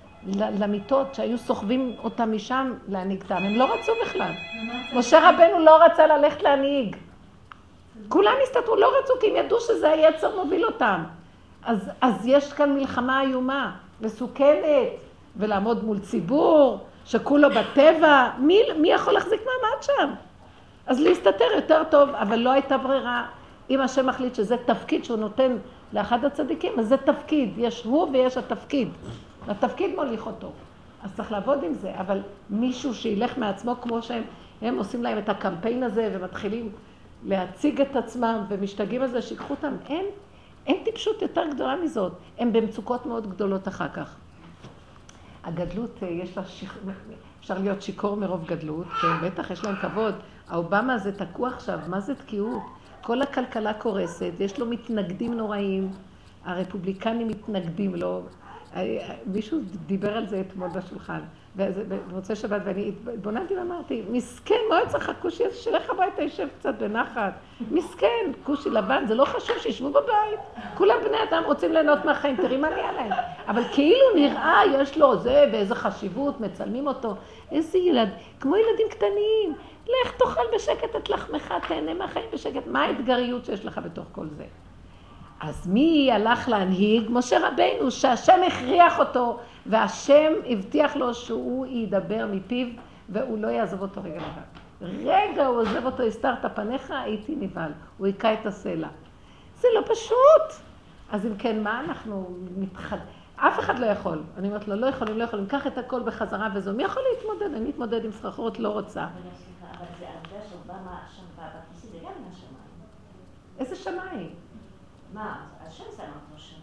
Speaker 1: למיטות שהיו סוחבים אותם משם להנהיג אותם. הם לא רצו בכלל. משה רבנו לא רצה ללכת להנהיג. כולם הסתתרו, לא רצו, כי הם ידעו שזה היצר מוביל אותם. אז, אז יש כאן מלחמה איומה, מסוכנת, ולעמוד מול ציבור, שכולו בטבע, מי, מי יכול להחזיק מעמד שם? אז להסתתר יותר טוב, אבל לא הייתה ברירה. אם השם מחליט שזה תפקיד שהוא נותן לאחד הצדיקים, אז זה תפקיד, יש הוא ויש התפקיד. התפקיד מוליך אותו. אז צריך לעבוד עם זה, אבל מישהו שילך מעצמו כמו שהם, הם עושים להם את הקמפיין הזה ומתחילים להציג את עצמם ומשתגעים על זה, שיקחו אותם. אין, אין טיפשות יותר גדולה מזאת. הם במצוקות מאוד גדולות אחר כך. הגדלות, יש לה שיח... אפשר להיות שיקור מרוב גדלות, כן, בטח יש להם כבוד. האובמה הזה תקוע עכשיו, מה זה תקיעות? כל הכלכלה קורסת, יש לו מתנגדים נוראים, הרפובליקנים מתנגדים לו. מישהו דיבר על זה אתמול בשולחן, במוצאי שבת, ואני התבוננתי ואמרתי, מסכן, מה הוא צריך כושי, שילך הביתה, יישב קצת בנחת. מסכן, כושי לבן, זה לא חשוב שישבו בבית. כולם בני אדם רוצים ליהנות מהחיים, תראי מה נהיה להם. אבל כאילו נראה, יש לו זה ואיזה חשיבות, מצלמים אותו. איזה ילד, כמו ילדים קטנים. לך תאכל בשקט את לחמך, תהנה מהחיים בשקט. מה האתגריות שיש לך בתוך כל זה? אז מי הלך להנהיג? משה רבינו, שהשם הכריח אותו, והשם הבטיח לו שהוא ידבר מפיו, והוא לא יעזוב אותו רגע לבד. רגע הוא עוזב אותו, הסתרת פניך, הייתי נבהל. הוא היקע את הסלע. זה לא פשוט. אז אם כן, מה אנחנו מתחד... אף אחד לא יכול. אני אומרת לו, לא יכולים, לא יכולים. קח את הכל בחזרה וזו. מי יכול להתמודד? אני מתמודד עם סחרחורת, לא רוצה.
Speaker 2: אבל זה הרבה שאובמה שם בכיסא, זה גם מהשמיים.
Speaker 1: איזה שמיים?
Speaker 2: מה? השם שם אותו שם.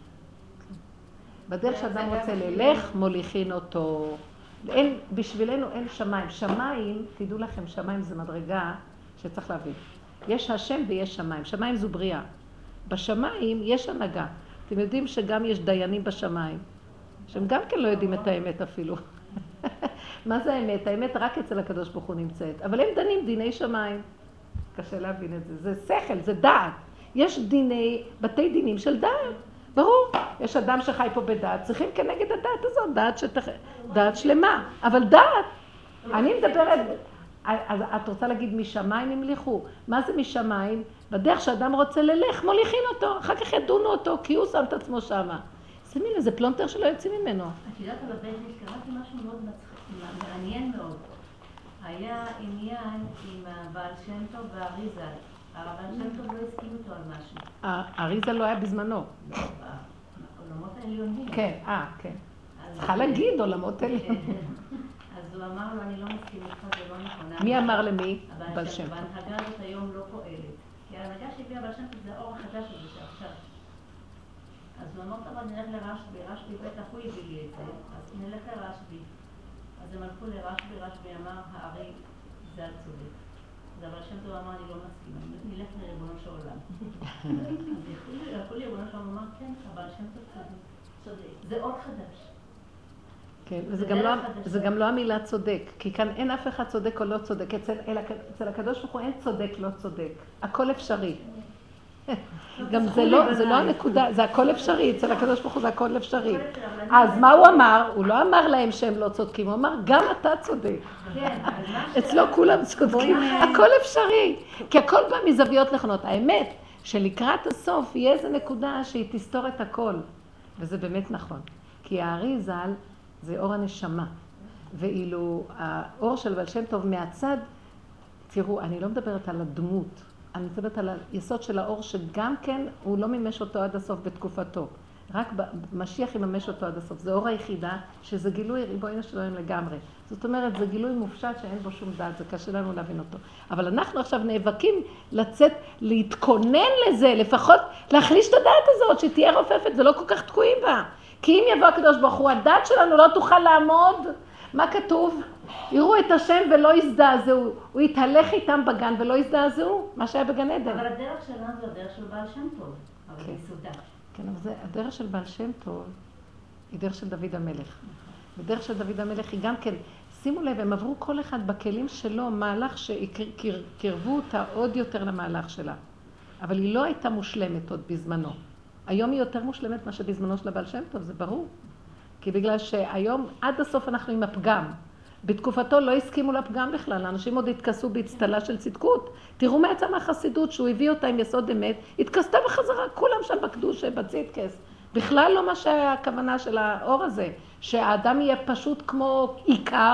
Speaker 1: בדרך שאדם רוצה ללך, מוליכין אותו. אין, בשבילנו אין שמיים. שמיים, תדעו לכם, שמיים זה מדרגה שצריך להבין. יש השם ויש שמיים. שמיים זו בריאה. בשמיים יש הנהגה. אתם יודעים שגם יש דיינים בשמיים, שהם גם כן לא יודעים את האמת אפילו. מה זה האמת? האמת רק אצל הקדוש ברוך הוא נמצאת. אבל הם דנים דיני שמיים. קשה להבין את זה. זה שכל, זה דעת. יש דיני, בתי דינים של דעת. ברור. יש אדם שחי פה בדעת. צריכים כנגד הדעת הזאת, דעת, שתח... דעת שלמה. אבל דעת. אני מדברת... אז את רוצה להגיד משמיים המליכו. מה זה משמיים? בדרך שאדם רוצה ללך, מוליכין אותו. אחר כך ידונו אותו, כי הוא שם את עצמו שמה. זה מין איזה פלונטר שלא יוצאים ממנו.
Speaker 4: את יודעת על הבית, קראתי משהו מאוד מעניין מאוד. היה עניין עם הבעל שם טוב והאריזה. הבעל שם טוב לא הסכים איתו על משהו.
Speaker 1: האריזה לא היה בזמנו.
Speaker 4: עולמות העליונים.
Speaker 1: כן, אה, כן. צריכה להגיד עולמות העליונים.
Speaker 4: אז הוא אמר לו, אני לא מסכים איתך, זה לא נכון.
Speaker 1: מי אמר למי? בעל שם טוב.
Speaker 4: וההנהגה הזאת היום לא פועלת. כי ההנהגה שהביאה בעל שם טוב זה האור החדש הזה שעכשיו. אז הוא אמר, טוב, נלך לרשבי, רשבי בטח הוא הביא לי את זה, אז נלך לרשבי. אז הם הלכו לרשבי, רשבי אמר, הארי, זה הצודק. אז אבל שם טוב אמר, אני לא מסכים, נלך לריבונו של עולם. אז הלכו לי ריבונו של עולם, אמר, כן, אבל שם טוב צודק. זה עוד חדש.
Speaker 1: כן, וזה גם, לא, זה גם לא המילה צודק, כי כאן אין אף אחד צודק או לא צודק, אצל, אלא, אצל הקדוש ברוך הוא אין צודק, לא צודק, הכל אפשרי. גם זה לא, זה לא הנקודה, זה הכל אפשרי, אצל הקדוש ברוך הוא זה הכל אפשרי. אז מה הוא אמר? הוא לא אמר להם שהם לא צודקים, הוא אמר, גם אתה צודק. אצלו כולם צודקים, הכל אפשרי, כי הכל בא מזוויות נכונות. האמת שלקראת הסוף יהיה איזו נקודה שהיא תסתור את הכל, וזה באמת נכון, כי הארי ז"ל זה אור הנשמה, ואילו האור של בעל שם טוב מהצד, תראו, אני לא מדברת על הדמות, אני מדברת על היסוד של האור שגם כן הוא לא מימש אותו עד הסוף בתקופתו. רק משיח יממש אותו עד הסוף. זה אור היחידה שזה גילוי ריבונו של עולם לגמרי. זאת אומרת, זה גילוי מופשט שאין בו שום דעת, זה קשה לנו להבין אותו. אבל אנחנו עכשיו נאבקים לצאת, להתכונן לזה, לפחות להחליש את הדעת הזאת, שתהיה רופפת ולא כל כך תקועים בה. כי אם יבוא הקדוש ברוך הוא, הדעת שלנו לא תוכל לעמוד. מה כתוב? יראו את השם ולא יזדעזעו. הוא יתהלך איתם בגן ולא יזדעזעו, מה שהיה בגן עדן.
Speaker 4: אבל הדרך שלנו זה הדרך של בעל שם טוב, אבל זה סודה.
Speaker 1: כן, אבל זה, הדרך של בעל שם טוב היא דרך של דוד המלך. בדרך של דוד המלך היא גם כן, שימו לב, הם עברו כל אחד בכלים שלו מהלך שקרבו אותה עוד יותר למהלך שלה. אבל היא לא הייתה מושלמת עוד בזמנו. היום היא יותר מושלמת מה שבזמנו של הבעל שם טוב, זה ברור. כי בגלל שהיום עד הסוף אנחנו עם הפגם. בתקופתו לא הסכימו לפגם בכלל, האנשים עוד התכסו בהצטלה של צדקות. תראו מעצם החסידות שהוא הביא אותה עם יסוד אמת, התכסתה בחזרה, כולם שם בקדוש, בצדקס. בכלל לא מה שהכוונה של האור הזה, שהאדם יהיה פשוט כמו עיקר,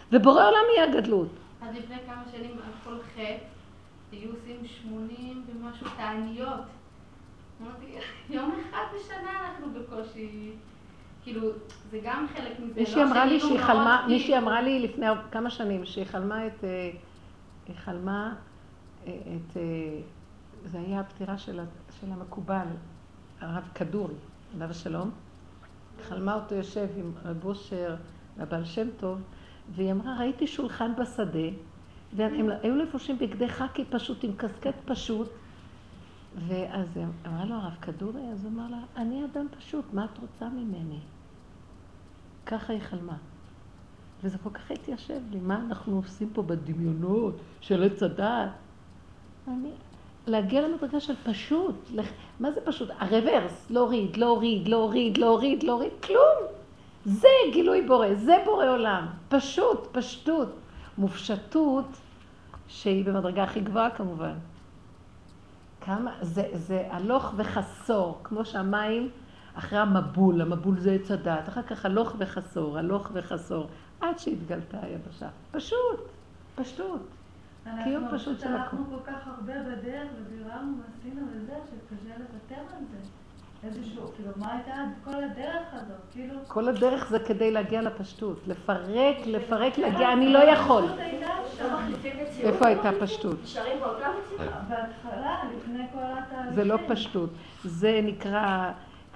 Speaker 1: ובורא עולם יהיה הגדלות.
Speaker 3: אז לפני כמה שנים על כל חטא, היו עושים שמונים ומשהו תעניות. אמרתי, יום אחד בשנה אנחנו בקושי, כאילו, זה גם חלק מזה.
Speaker 1: מישהי אמרה לי שהיא חלמה, מישהי אמרה לי לפני כמה שנים, שהיא חלמה את, היא חלמה את, זה היה הפטירה של המקובל, הרב כדורי, עליו השלום. חלמה אותו יושב עם רב אושר והבעל שם טוב, והיא אמרה, ראיתי שולחן בשדה, והם היו לבושים בגדי חקי פשוט, עם קסקט פשוט, ואז היא אמרה לו, הרב כדורי, אז הוא אמר לה, אני אדם פשוט, מה את רוצה ממני? ככה היא חלמה. וזה כל כך התיישב לי, מה אנחנו עושים פה בדמיונות של עץ הדעת? אני... להגיע למדרגה של פשוט, מה זה פשוט? הרוורס, להוריד, להוריד, להוריד, להוריד, להוריד, כלום. זה גילוי בורא, זה בורא עולם. פשוט, פשטות. מופשטות שהיא במדרגה הכי גבוהה כמובן. כמה, זה, זה הלוך וחסור, כמו שהמים אחרי המבול, המבול זה עץ הדעת, אחר כך הלוך וחסור, הלוך וחסור, עד שהתגלתה היבשה. פשוט, פשוט. קיום פשוט של הכל.
Speaker 2: אנחנו כל כך הרבה בדרך וביררנו ועשינו לזה שקשה לוותר על זה. איזשהו, כאילו, מה הייתה כל הדרך הזאת? כאילו...
Speaker 1: כל הדרך זה כדי להגיע לפשטות, לפרק, לפרק, להגיע, אני לא יכול. איפה הייתה פשטות?
Speaker 2: בהתחלה, לפני כל התהליכים.
Speaker 1: זה לא פשטות, זה נקרא,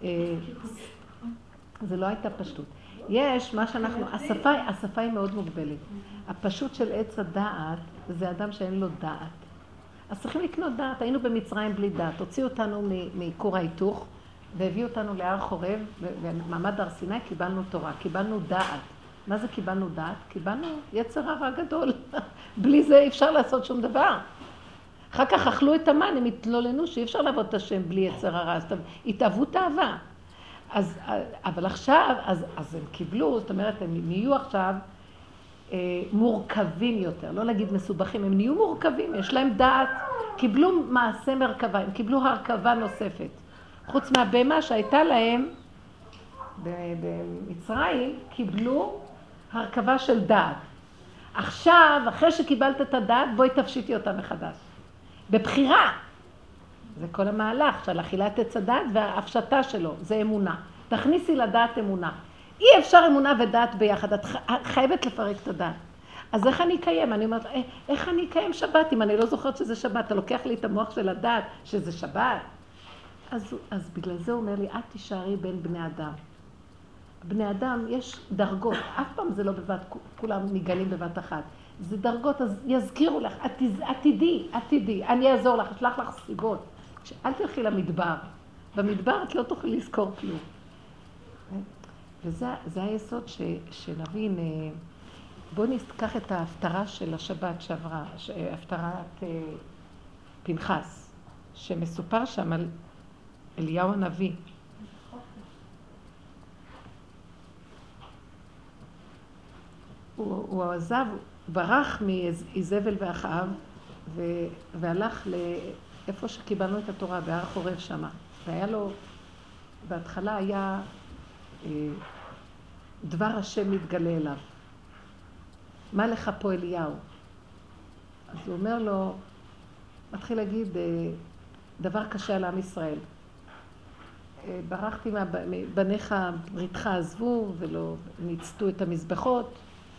Speaker 1: זה לא הייתה פשטות. יש מה שאנחנו, השפה, השפה היא מאוד מוגבלת. הפשוט של עץ הדעת זה אדם שאין לו דעת. אז צריכים לקנות דעת, היינו במצרים בלי דעת, הוציאו אותנו מכור ההיתוך, והביאו אותנו להר חורב, ובמעמד הר סיני קיבלנו תורה, קיבלנו דעת. מה זה קיבלנו דעת? קיבלנו יצר הרע גדול. בלי זה אי אפשר לעשות שום דבר. אחר כך אכלו את המן, הם התלולנו שאי אפשר לעבוד את השם בלי יצר הרע, אז התאהבו תאווה. אז, אבל עכשיו, אז, אז הם קיבלו, זאת אומרת, הם נהיו עכשיו אה, מורכבים יותר, לא להגיד מסובכים, הם נהיו מורכבים, יש להם דעת, קיבלו מעשה מרכבה, הם קיבלו הרכבה נוספת. חוץ מהבהמה שהייתה להם במצרים, קיבלו הרכבה של דעת. עכשיו, אחרי שקיבלת את הדעת, בואי תפשיטי אותה מחדש. בבחירה. זה כל המהלך של אכילת עץ הדעת וההפשטה שלו, זה אמונה. תכניסי לדעת אמונה. אי אפשר אמונה ודעת ביחד, את חייבת לפרק את הדעת. אז איך אני אקיים? אני אומרת, איך אני אקיים שבת אם אני לא זוכרת שזה שבת? אתה לוקח לי את המוח של הדעת שזה שבת? אז, אז בגלל זה הוא אומר לי, את תישארי בין בני אדם. בני אדם יש דרגות, אף פעם זה לא בבת, כולם ניגלים בבת אחת. זה דרגות, אז יזכירו לך, את תדעי, את תדעי, אני אעזור לך, אשלח לך סיבות. אל תלכי למדבר. במדבר את לא תוכלי לזכור כלום. וזה זה היסוד ש, שנבין, בואו ניקח את ההפטרה של השבת שעברה, הפטרת פנחס, שמסופר שם על אליהו הנביא. הוא, הוא עזב, ברח מאיזבל ואחאב, ו, והלך לאיפה שקיבלנו את התורה, בהר חורב שמה. והיה לו, בהתחלה היה אה, דבר השם מתגלה אליו. מה לך פה אליהו? אז הוא אומר לו, מתחיל להגיד, אה, דבר קשה על עם ישראל. אה, ברחתי מבניך, בריתך עזבו ולא ניצתו את המזבחות,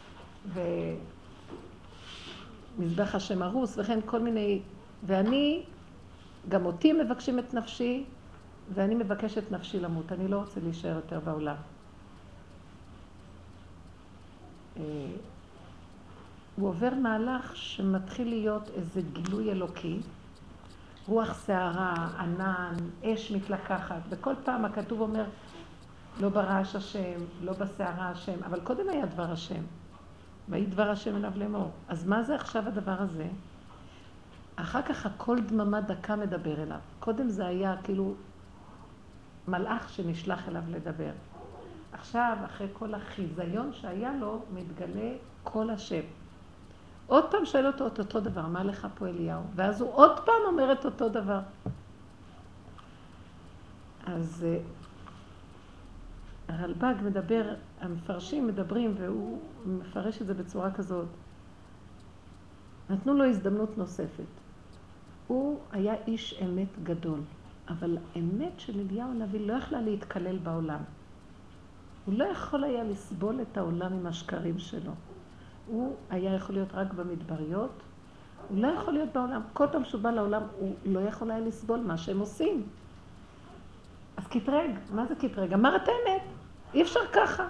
Speaker 1: ומזבח השם הרוס, וכן כל מיני, ואני, גם אותי מבקשים את נפשי, ואני מבקש את נפשי למות, אני לא רוצה להישאר יותר בעולם. הוא עובר מהלך שמתחיל להיות איזה גילוי אלוקי, רוח שערה, ענן, אש מתלקחת, וכל פעם הכתוב אומר, לא ברעש השם, לא בשערה השם, אבל קודם היה דבר השם. ויהי דבר השם אליו לאמור. אז מה זה עכשיו הדבר הזה? אחר כך הכל דממה דקה מדבר אליו. קודם זה היה כאילו מלאך שנשלח אליו לדבר. עכשיו, אחרי כל החיזיון שהיה לו, מתגלה כל השם. עוד פעם שואל אותו את אותו דבר, מה לך פה אליהו? ואז הוא עוד פעם אומר את אותו דבר. אז הרלב"ג מדבר, המפרשים מדברים, והוא מפרש את זה בצורה כזאת. נתנו לו הזדמנות נוספת. הוא היה איש אמת גדול, אבל האמת של אליהו הנביא לא יכלה להתקלל בעולם. הוא לא יכול היה לסבול את העולם עם השקרים שלו. הוא היה יכול להיות רק במדבריות, הוא לא יכול להיות בעולם. כל פעם שהוא בא לעולם, הוא לא יכול היה לסבול מה שהם עושים. אז קטרג, מה זה קטרג? אמר את האמת, אי אפשר ככה.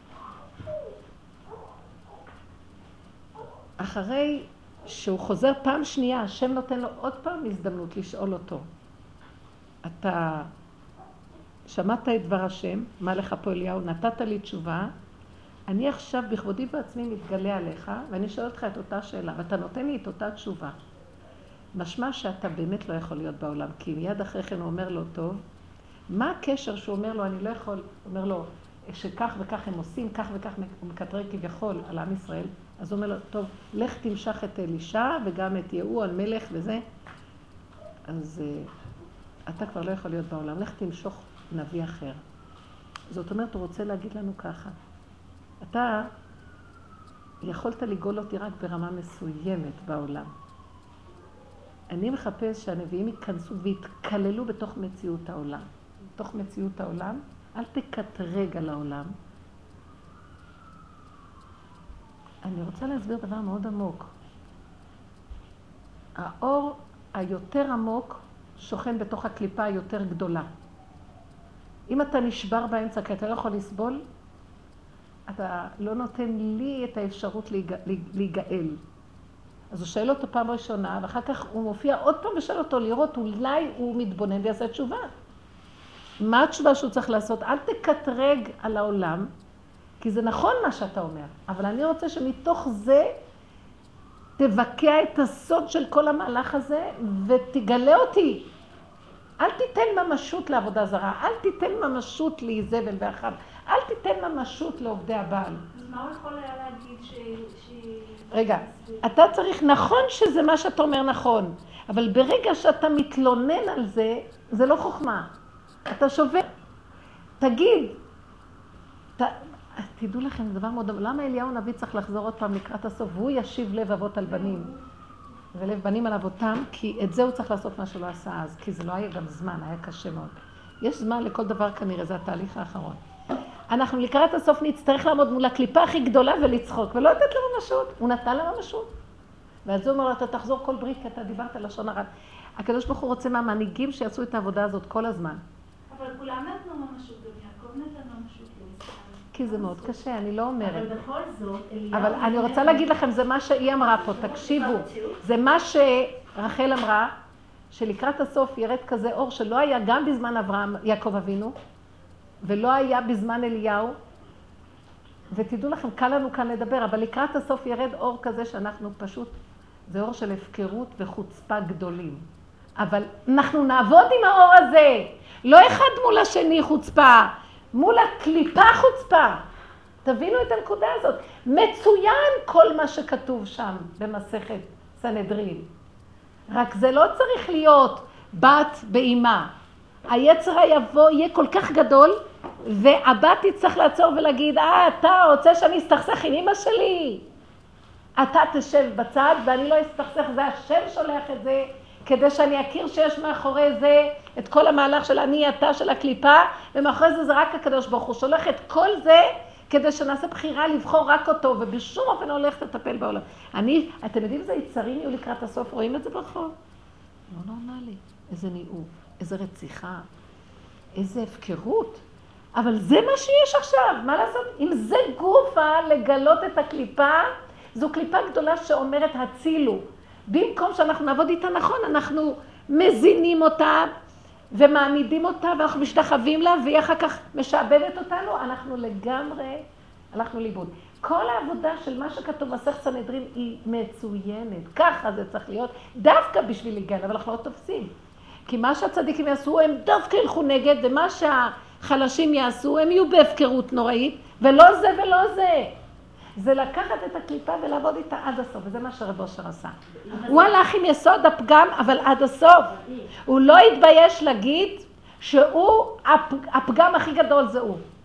Speaker 1: אחרי שהוא חוזר פעם שנייה, השם נותן לו עוד פעם הזדמנות לשאול אותו. אתה שמעת את דבר השם, מה לך פה אליהו, נתת לי תשובה, אני עכשיו בכבודי בעצמי מתגלה עליך, ואני שואל אותך את אותה שאלה, ואתה נותן לי את אותה תשובה. משמע שאתה באמת לא יכול להיות בעולם, כי מיד אחרי כן הוא אומר לו, טוב, מה הקשר שהוא אומר לו, אני לא יכול, הוא אומר לו, שכך וכך הם עושים, כך וכך הוא מקטרג כביכול על עם ישראל, אז הוא אומר לו, טוב, לך תמשך את אלישע וגם את יהוא על מלך וזה, אז uh, אתה כבר לא יכול להיות בעולם, לך תמשוך נביא אחר. זאת אומרת, הוא רוצה להגיד לנו ככה, אתה יכולת לגאול אותי רק ברמה מסוימת בעולם. אני מחפש שהנביאים ייכנסו ויתקללו בתוך מציאות העולם. בתוך מציאות העולם, אל תקטרג על העולם. אני רוצה להסביר דבר מאוד עמוק. האור היותר עמוק שוכן בתוך הקליפה היותר גדולה. אם אתה נשבר באמצע כי אתה לא יכול לסבול, אתה לא נותן לי את האפשרות להיגאל. אז הוא שואל אותו פעם ראשונה, ואחר כך הוא מופיע עוד פעם ושואל אותו לראות, אולי הוא מתבונן ויעשה תשובה. מה התשובה שהוא צריך לעשות? אל תקטרג על העולם, כי זה נכון מה שאתה אומר, אבל אני רוצה שמתוך זה תבקע את הסוד של כל המהלך הזה ותגלה אותי. אל תיתן ממשות לעבודה זרה, אל תיתן ממשות לאיזבל ואחיו, אל תיתן ממשות לעובדי הבעל.
Speaker 2: אז מה הוא יכול היה להגיד ש... ש...
Speaker 1: רגע, אתה צריך, נכון שזה מה שאתה אומר נכון, אבל ברגע שאתה מתלונן על זה, זה לא חוכמה. אתה שובר. תגיד, ת... תדעו לכם, זה דבר מאוד... למה אליהו הנביא צריך לחזור עוד פעם לקראת הסוף? והוא ישיב לב אבות על בנים, ולב בנים על אבותם, כי את זה הוא צריך לעשות מה שלא עשה אז, כי זה לא היה גם זמן, היה קשה מאוד. יש זמן לכל דבר כנראה, זה התהליך האחרון. אנחנו לקראת הסוף נצטרך לעמוד מול הקליפה הכי גדולה ולצחוק, ולא לתת לה ממשות. הוא נתן לה ממשות. ואז הוא אומר לו, אתה תחזור כל ברית, כי אתה דיברת לשון הרע. הקדוש ברוך הוא רוצה מהמנהיגים שיעשו את העבודה הזאת כל הזמן.
Speaker 2: אבל כולם נתנו ממשות, גם יעקב נתן ממשות לישראל.
Speaker 1: כי זה מאוד קשה, אני לא אומרת.
Speaker 4: אבל בכל זאת, אליהו...
Speaker 1: אבל אני רוצה להגיד לכם, זה מה שהיא אמרה פה, תקשיבו. זה מה שרחל אמרה, שלקראת הסוף ירד כזה אור שלא היה גם בזמן אברהם, יעקב אבינו, ולא היה בזמן אליהו, ותדעו לכם, קל לנו כאן לדבר, אבל לקראת הסוף ירד אור כזה שאנחנו פשוט, זה אור של הפקרות וחוצפה גדולים. אבל אנחנו נעבוד עם האור הזה, לא אחד מול השני חוצפה, מול הקליפה חוצפה. תבינו את הנקודה הזאת. מצוין כל מה שכתוב שם במסכת סנהדרין. רק זה לא צריך להיות בת באימה. היצר היבוא יהיה כל כך גדול, והבת תצטרך לעצור ולהגיד, אה, אתה רוצה שאני אסתכסך עם אמא שלי? אתה תשב בצד ואני לא אסתכסך, זה השם שולח את זה, כדי שאני אכיר שיש מאחורי זה את כל המהלך של אני, אתה, של הקליפה, ומאחורי זה זה רק הקדוש ברוך הוא שולח את כל זה, כדי שנעשה בחירה לבחור רק אותו, ובשום אופן הולך לטפל בעולם. אני, אתם יודעים, זה יצרים יהיו לקראת הסוף, רואים את זה ברחוב? לא נורמלי, איזה ניעור. איזה רציחה, איזה הפקרות. אבל זה מה שיש עכשיו, מה לעשות? אם זה גופה לגלות את הקליפה, זו קליפה גדולה שאומרת הצילו. במקום שאנחנו נעבוד איתה נכון, אנחנו מזינים אותה ומעמידים אותה ואנחנו משתחווים לה והיא אחר כך משעבדת אותנו, אנחנו לגמרי, הלכנו לאיבוד. כל העבודה של מה שכתוב מסכת סנהדרין היא מצוינת, ככה זה צריך להיות, דווקא בשביל לגן, אבל אנחנו לא תופסים. כי מה שהצדיקים יעשו, הם דווקא ילכו נגד, ומה שהחלשים יעשו, הם יהיו בהפקרות נוראית, ולא זה ולא זה. זה לקחת את הקליפה ולעבוד איתה עד הסוף, וזה מה שרב אושר עשה. הוא הלך עם יסוד הפגם, אבל עד הסוף. הוא לא התבייש להגיד שהוא, הפגם הכי גדול זה הוא.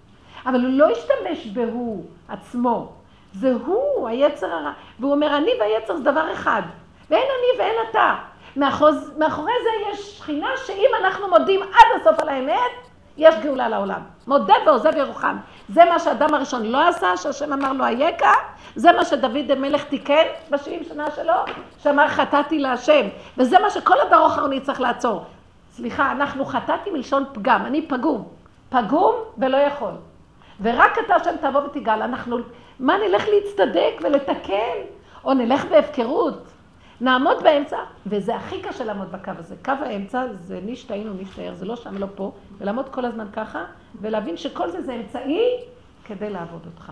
Speaker 1: אבל הוא לא השתמש בהוא עצמו. זה הוא, היצר הרע. והוא אומר, אני והיצר זה דבר אחד. ואין אני ואין אתה. מאחוז, מאחורי זה יש שכינה שאם אנחנו מודים עד הסוף על האמת, יש גאולה לעולם. מודה ועוזב ירוחם. זה מה שהאדם הראשון לא עשה, שהשם אמר לו היקה. זה מה שדוד המלך תיקן בשבעים שנה שלו, שאמר חטאתי להשם. וזה מה שכל הדור האחרוני צריך לעצור. סליחה, אנחנו חטאתי מלשון פגם. אני פגום. פגום ולא יכול. ורק אתה השם תבוא ותיגל. אנחנו, מה נלך להצטדק ולתקן? או נלך בהפקרות? נעמוד באמצע, וזה הכי קשה לעמוד בקו הזה. קו האמצע זה נשתהינו, נשתהר, זה לא שם, לא פה, ולעמוד כל הזמן ככה, ולהבין שכל זה זה אמצעי כדי לעבוד אותך.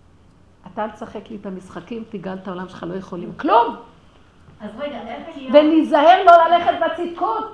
Speaker 1: אתה אל תשחק לי את המשחקים, תיגל את העולם שלך, לא יכולים כלום.
Speaker 4: אז רגע, איך אליהו...
Speaker 1: ונזהר לא ללכת בצדקות,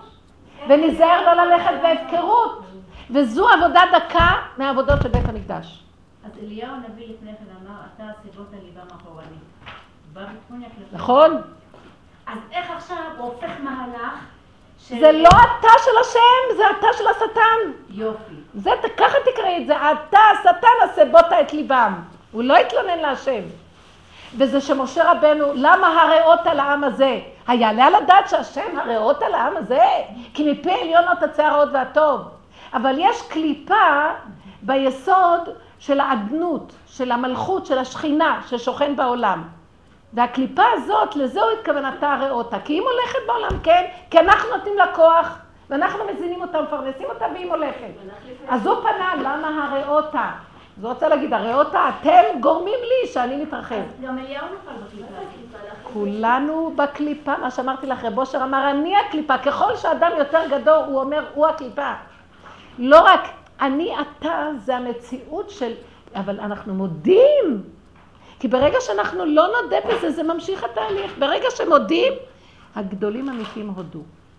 Speaker 1: ונזהר לא ללכת בהפקרות, וזו עבודה דקה מהעבודות של בית המקדש.
Speaker 4: אז אליהו הנביא לפני כן אמר, אתה הסיבות הליבה מאחורנית. בא בתכוניה כלפי...
Speaker 1: נכון?
Speaker 4: אז איך עכשיו הוא הופך מהלך של...
Speaker 1: זה לא אתה של השם, זה אתה של השטן.
Speaker 4: יופי.
Speaker 1: זה, ככה תקראי את זה, אתה השטן הסבות את ליבם. הוא לא התלונן להשם. וזה שמשה רבנו, למה הרעות על העם הזה? היעלה על הדעת שהשם הרעות על העם הזה? כי מפי עליונות תצא הרעות והטוב. אבל יש קליפה ביסוד של העדנות, של המלכות, של השכינה ששוכן בעולם. והקליפה הזאת, לזה הוא התכוון, אתה הרעותה. כי אם הולכת בעולם, כן, כי אנחנו נותנים לה כוח, ואנחנו מזינים אותה, מפרנסים אותה, והיא הולכת. אז הוא פנה, למה הרעותה? זה רוצה להגיד, הרעותה, אתם גורמים לי שאני מתרחב.
Speaker 4: גם אליהו נפל בקליפה.
Speaker 1: כולנו בקליפה, מה שאמרתי לך, רב אושר אמר, אני הקליפה. ככל שאדם יותר גדול, הוא אומר, הוא הקליפה. לא רק, אני, אתה, זה המציאות של, אבל אנחנו מודים. כי ברגע שאנחנו לא נודה בזה, זה ממשיך התהליך. ברגע שמודים, הגדולים אמיתיים הודו.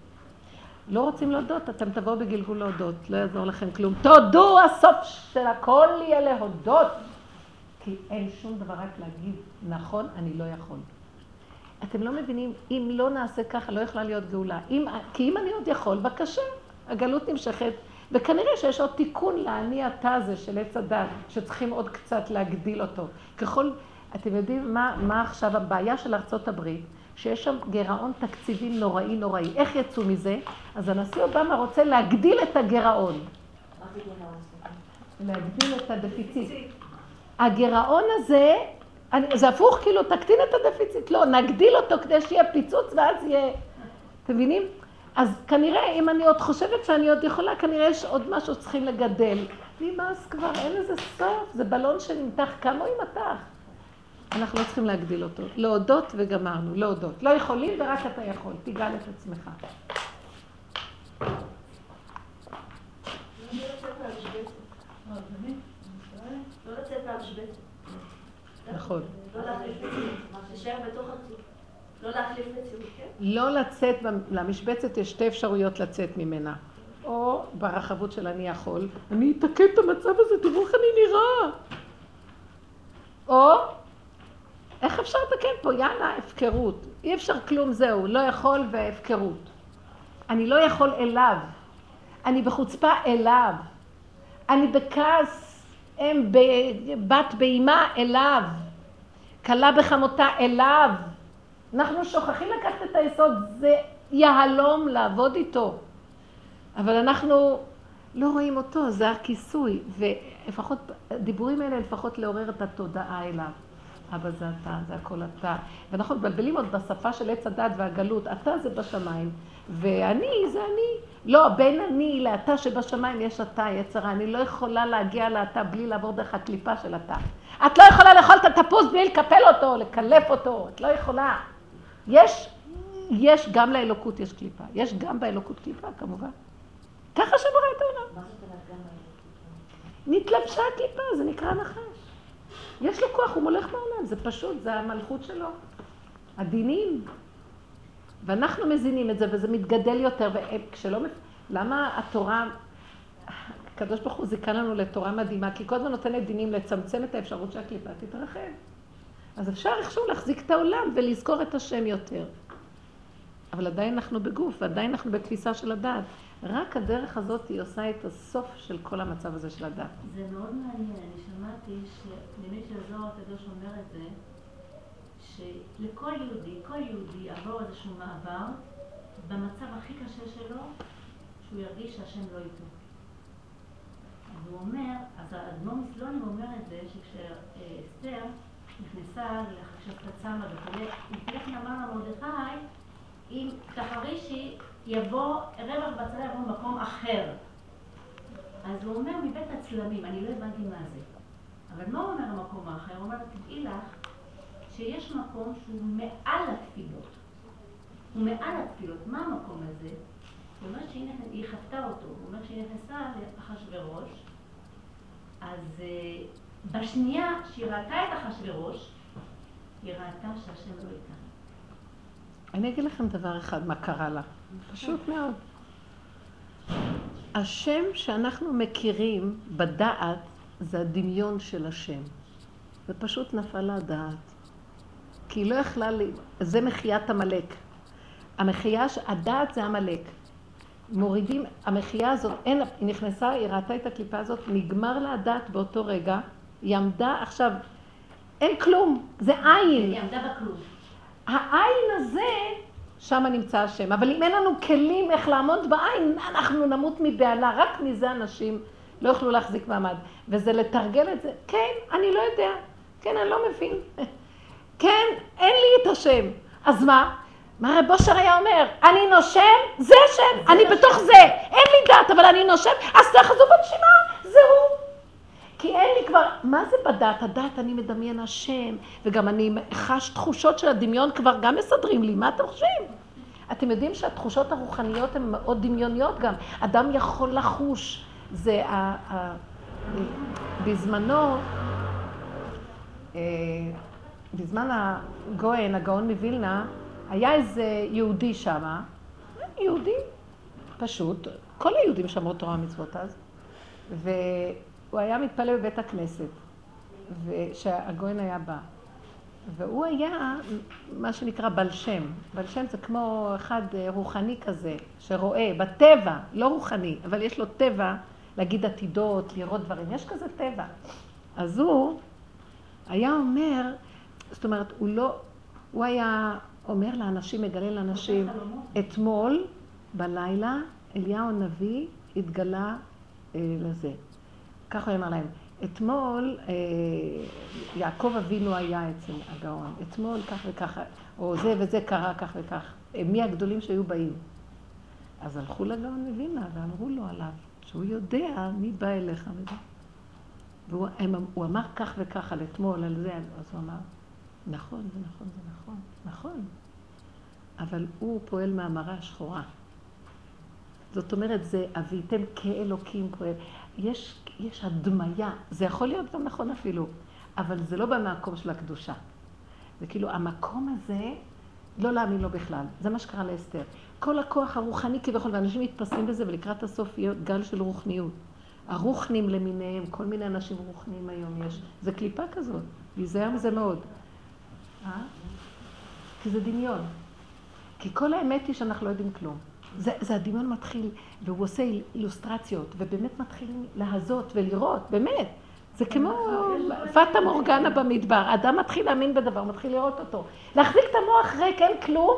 Speaker 1: לא רוצים להודות, אתם תבואו בגלגול להודות, לא יעזור לכם כלום. תודו, הסוף של הכל יהיה להודות. כי אין שום דבר רק להגיד, נכון, אני לא יכול. אתם לא מבינים, אם לא נעשה ככה, לא יכולה להיות גאולה. אם, כי אם אני עוד יכול, בבקשה, הגלות נמשכת, וכנראה שיש עוד תיקון לעני אתה הזה של עץ הדת, שצריכים עוד קצת להגדיל אותו. ככל, אתם יודעים מה, מה עכשיו הבעיה של ארצות הברית? שיש שם גירעון תקציבי נוראי נוראי. איך יצאו מזה? אז הנשיא אובמה רוצה להגדיל את הגירעון.
Speaker 2: מה זה גירעון?
Speaker 1: להגדיל את הדפיציט. הגירעון הזה, זה הפוך כאילו, תקטין את הדפיציט. לא, נגדיל אותו כדי שיהיה פיצוץ ואז יהיה... אתם מבינים? אז כנראה, אם אני עוד חושבת שאני עוד יכולה, כנראה יש עוד משהו שצריכים לגדל. נמאס כבר, אין לזה סוף. זה בלון שנמתח, כמה הוא ימתח? אנחנו לא צריכים להגדיל אותו. להודות וגמרנו, להודות. לא יכולים ורק אתה יכול. תיגל את עצמך.
Speaker 2: לא לצאת מהמשבצת.
Speaker 1: נכון.
Speaker 2: לא להחליף מציאות. מה ששאר בתוך המציאות. לא להחליף מציאות, כן?
Speaker 1: לא לצאת, למשבצת יש שתי אפשרויות לצאת ממנה. או ברחבות של אני יכול, אני אתקן את המצב הזה, תראו איך אני נראה. או, איך אפשר לתקן פה? יאללה, הפקרות. אי אפשר כלום, זהו, לא יכול והפקרות. אני לא יכול אליו. אני בחוצפה אליו. אני בכעס, הם בת באימה אליו. קלה בחמותה אליו. אנחנו שוכחים לקחת את היסוד, זה יהלום לעבוד איתו. אבל אנחנו לא רואים אותו, זה הכיסוי. ולפחות, דיבורים האלה לפחות לעורר את התודעה אליו. אבא זה אתה, זה הכל אתה. ואנחנו מבלבלים עוד בשפה של עץ הדת והגלות. אתה זה בשמיים, ואני זה אני. לא, בין אני לאתה שבשמיים יש אתה, יצרה. אני לא יכולה להגיע לאתה בלי לעבור דרך הקליפה של אתה. את לא יכולה לאכול את התפוז בלי לקפל אותו, לקלף אותו. את לא יכולה. יש, יש גם לאלוקות יש קליפה. יש גם באלוקות קליפה, כמובן. ככה שברא את העולם.
Speaker 2: מה זאת אומרת גם באלוקות?
Speaker 1: נתלבשה הקליפה, זה נקרא נחש. יש לו כוח, הוא מולך בעולם, זה פשוט, זה המלכות שלו. הדינים. ואנחנו מזינים את זה, וזה מתגדל יותר, וכשלא... למה התורה... הקדוש ברוך הוא זיכה לנו לתורה מדהימה, כי כל הזמן נותנת דינים לצמצם את האפשרות שהקליפה תתרחב. אז אפשר איכשהו להחזיק את העולם ולזכור את השם יותר. אבל עדיין אנחנו בגוף, ועדיין אנחנו בתפיסה של הדעת. רק הדרך הזאת היא עושה את הסוף של כל המצב הזה של הדת.
Speaker 4: זה מאוד מעניין, אני שמעתי שלמי שהזוהר הקדוש אומר את זה, שלכל יהודי, כל יהודי יעבור איזשהו מעבר במצב הכי קשה שלו, שהוא ירגיש שהשם לא איתו. אז הוא אומר, אז האדמו"ר מסלונים אומר את זה, שכשאסתר נכנסה, כשאסתר צמה וכו', לפני כן אמר למרדכי, אם תחרישי יבוא, רווח בצלה יבוא במקום אחר. אז הוא אומר מבית הצלמים, אני לא הבנתי מה זה. אבל מה הוא אומר המקום האחר? הוא אומר, תדעי לך שיש מקום שהוא מעל התפילות. הוא מעל התפילות. מה המקום הזה? הוא אומר שהיא חפתה אותו. הוא אומר שהיא נכנסה לאחשוורוש. אז uh, בשנייה שהיא ראתה את אחשוורוש, היא ראתה שהשם לא איתה.
Speaker 1: אני אגיד לכם דבר אחד, מה קרה לה. פשוט מאוד. השם שאנחנו מכירים בדעת זה הדמיון של השם. זה פשוט נפל לה דעת. כי היא לא יכלה לי... זה מחיית המלאק. המחייה, הדעת זה המלאק. מורידים, המחייה הזאת, אין, היא נכנסה, היא ראתה את הקליפה הזאת, נגמר לה הדעת באותו רגע, היא עמדה עכשיו, אין כלום, זה עין.
Speaker 4: היא עמדה בכלום.
Speaker 1: העין הזה, שם נמצא השם. אבל אם אין לנו כלים איך לעמוד בעין, אנחנו נמות מבעלה. רק מזה אנשים לא יוכלו להחזיק מעמד. וזה לתרגל את זה. כן, אני לא יודע. כן, אני לא מבין. כן, אין לי את השם. אז מה? מה רב אושר היה אומר? אני נושם, זה השם. אני בתוך זה. אין לי דעת, אבל אני נושם. אז תחזו בנשימה, זהו. כי אין לי כבר, מה זה בדת? הדת אני מדמיין השם, וגם אני חש תחושות של הדמיון כבר גם מסדרים לי, מה אתם חושבים? אתם יודעים שהתחושות הרוחניות הן מאוד דמיוניות גם, אדם יכול לחוש, זה ה... ה... בזמנו, בזמן הגויין, הגאון מווילנה, היה איזה יהודי שם, יהודי פשוט, כל היהודים שמרו תורה ומצוות אז, ו... הוא היה מתפלל בבית הכנסת, שהגויין היה בא. והוא היה מה שנקרא בל שם. בל שם זה כמו אחד רוחני כזה, שרואה בטבע, לא רוחני, אבל יש לו טבע להגיד עתידות, לראות דברים. יש כזה טבע. אז הוא היה אומר, זאת אומרת, הוא לא, הוא היה אומר לאנשים, מגלה לאנשים, אתמול בלילה אליהו הנביא התגלה אה, לזה. ככה הוא אמר להם, אתמול אה, יעקב אבינו היה אצל הגאון, אתמול כך וככה, או זה וזה קרה כך וכך, מי הגדולים שהיו באים. אז הלכו לגאון מווילנה ואמרו לו עליו, שהוא יודע מי בא אליך וזה. והוא הם, הוא אמר כך וכך על אתמול, על זה, אז הוא אמר, נכון, זה נכון, זה נכון, נכון. אבל הוא פועל מהמראה השחורה. זאת אומרת, זה אביתם כאלוקים פועל. יש, יש הדמיה, זה יכול להיות גם נכון אפילו, אבל זה לא במקום של הקדושה. זה כאילו, המקום הזה, לא להאמין לו בכלל. זה מה שקרה לאסתר. כל הכוח הרוחני כביכול, ואנשים מתפסים בזה, ולקראת הסוף יהיה גל של רוחניות. הרוחנים למיניהם, כל מיני אנשים רוחניים היום יש. זה קליפה כזאת, להיזהר מזה מאוד. אה? כי זה דמיון. כי כל האמת היא שאנחנו לא יודעים כלום. זה, זה הדמיון מתחיל, והוא עושה אילוסטרציות, ובאמת מתחילים להזות ולראות, באמת. זה כמו פטה מורגנה במדבר. אדם מתחיל להאמין בדבר, מתחיל לראות אותו. להחזיק את המוח ריק, אין כלום.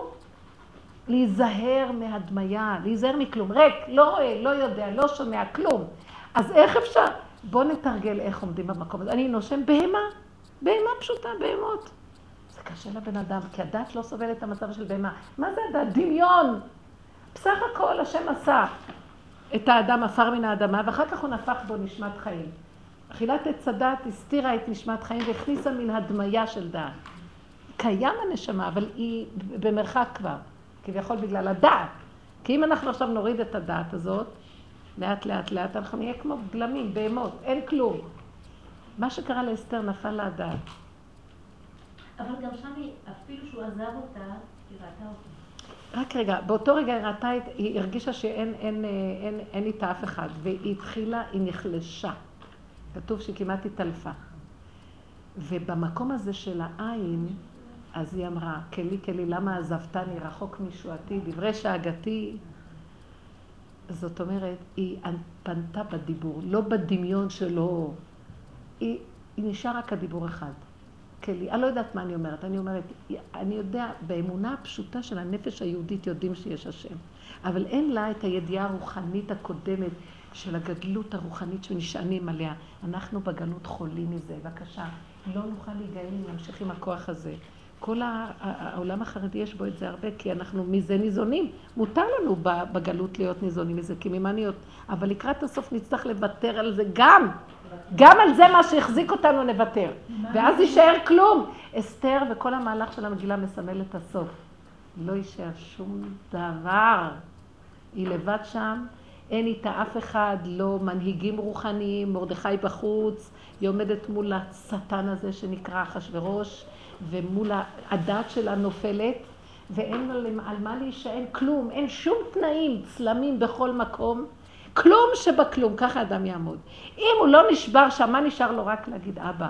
Speaker 1: להיזהר מהדמיה, להיזהר מכלום. ריק, לא רואה, לא יודע, לא שומע, כלום. אז איך אפשר? בוא נתרגל איך עומדים במקום הזה. אני נושם בהמה, בהמה פשוטה, בהמות. זה קשה לבן אדם, כי הדת לא סובלת את המצב של בהמה. מה זה הדת? דמיון. בסך הכל השם עשה את האדם עפר מן האדמה, ואחר כך הוא נפח בו נשמת חיים. אכילת עץ הדת הסתירה את נשמת חיים והכניסה מן הדמיה של דעת. קיים הנשמה, אבל היא במרחק כבר, כביכול בגלל הדעת. כי אם אנחנו עכשיו נוריד את הדעת הזאת, לאט לאט לאט, אנחנו נהיה כמו גלמים, בהמות, אין כלום. מה שקרה לאסתר נפל לה הדעת.
Speaker 4: אבל גם שם אפילו שהוא עזב אותה, היא ראתה אותה.
Speaker 1: רק רגע, באותו רגע היא ראתה, היא הרגישה שאין אין, אין, אין, אין איתה אף אחד, והיא התחילה, היא נחלשה. כתוב שהיא כמעט התעלפה. ובמקום הזה של העין, אז היא אמרה, כלי כלי, למה עזבתני רחוק משועתי, דברי שאגתי, זאת אומרת, היא פנתה בדיבור, לא בדמיון שלו. היא, היא נשאר רק הדיבור אחד. כלי, אני לא יודעת מה אני אומרת, אני אומרת, אני יודע, באמונה הפשוטה של הנפש היהודית יודעים שיש השם. אבל אין לה את הידיעה הרוחנית הקודמת של הגדלות הרוחנית שנשענים עליה. אנחנו בגלות חולים מזה, בבקשה. לא נוכל להיגאל אם נמשיך עם הכוח הזה. כל העולם החרדי יש בו את זה הרבה, כי אנחנו מזה ניזונים. מותר לנו בגלות להיות ניזונים מזה, כי ממה נהיות. אבל לקראת הסוף נצטרך לוותר על זה גם. גם על זה מה שהחזיק אותנו נוותר. ואז יישאר כלום. אסתר וכל המהלך של המגילה מסמל את הסוף. לא יישאר שום דבר. היא לבד שם, אין איתה אף אחד, לא מנהיגים רוחניים, מרדכי בחוץ, היא עומדת מול השטן הזה שנקרא אחשוורוש, ומול הדת שלה נופלת, ואין על מה להישען כלום, אין שום תנאים, צלמים בכל מקום, כלום שבכלום, ככה אדם יעמוד. אם הוא לא נשבר שם, מה נשאר לו? רק להגיד אבא,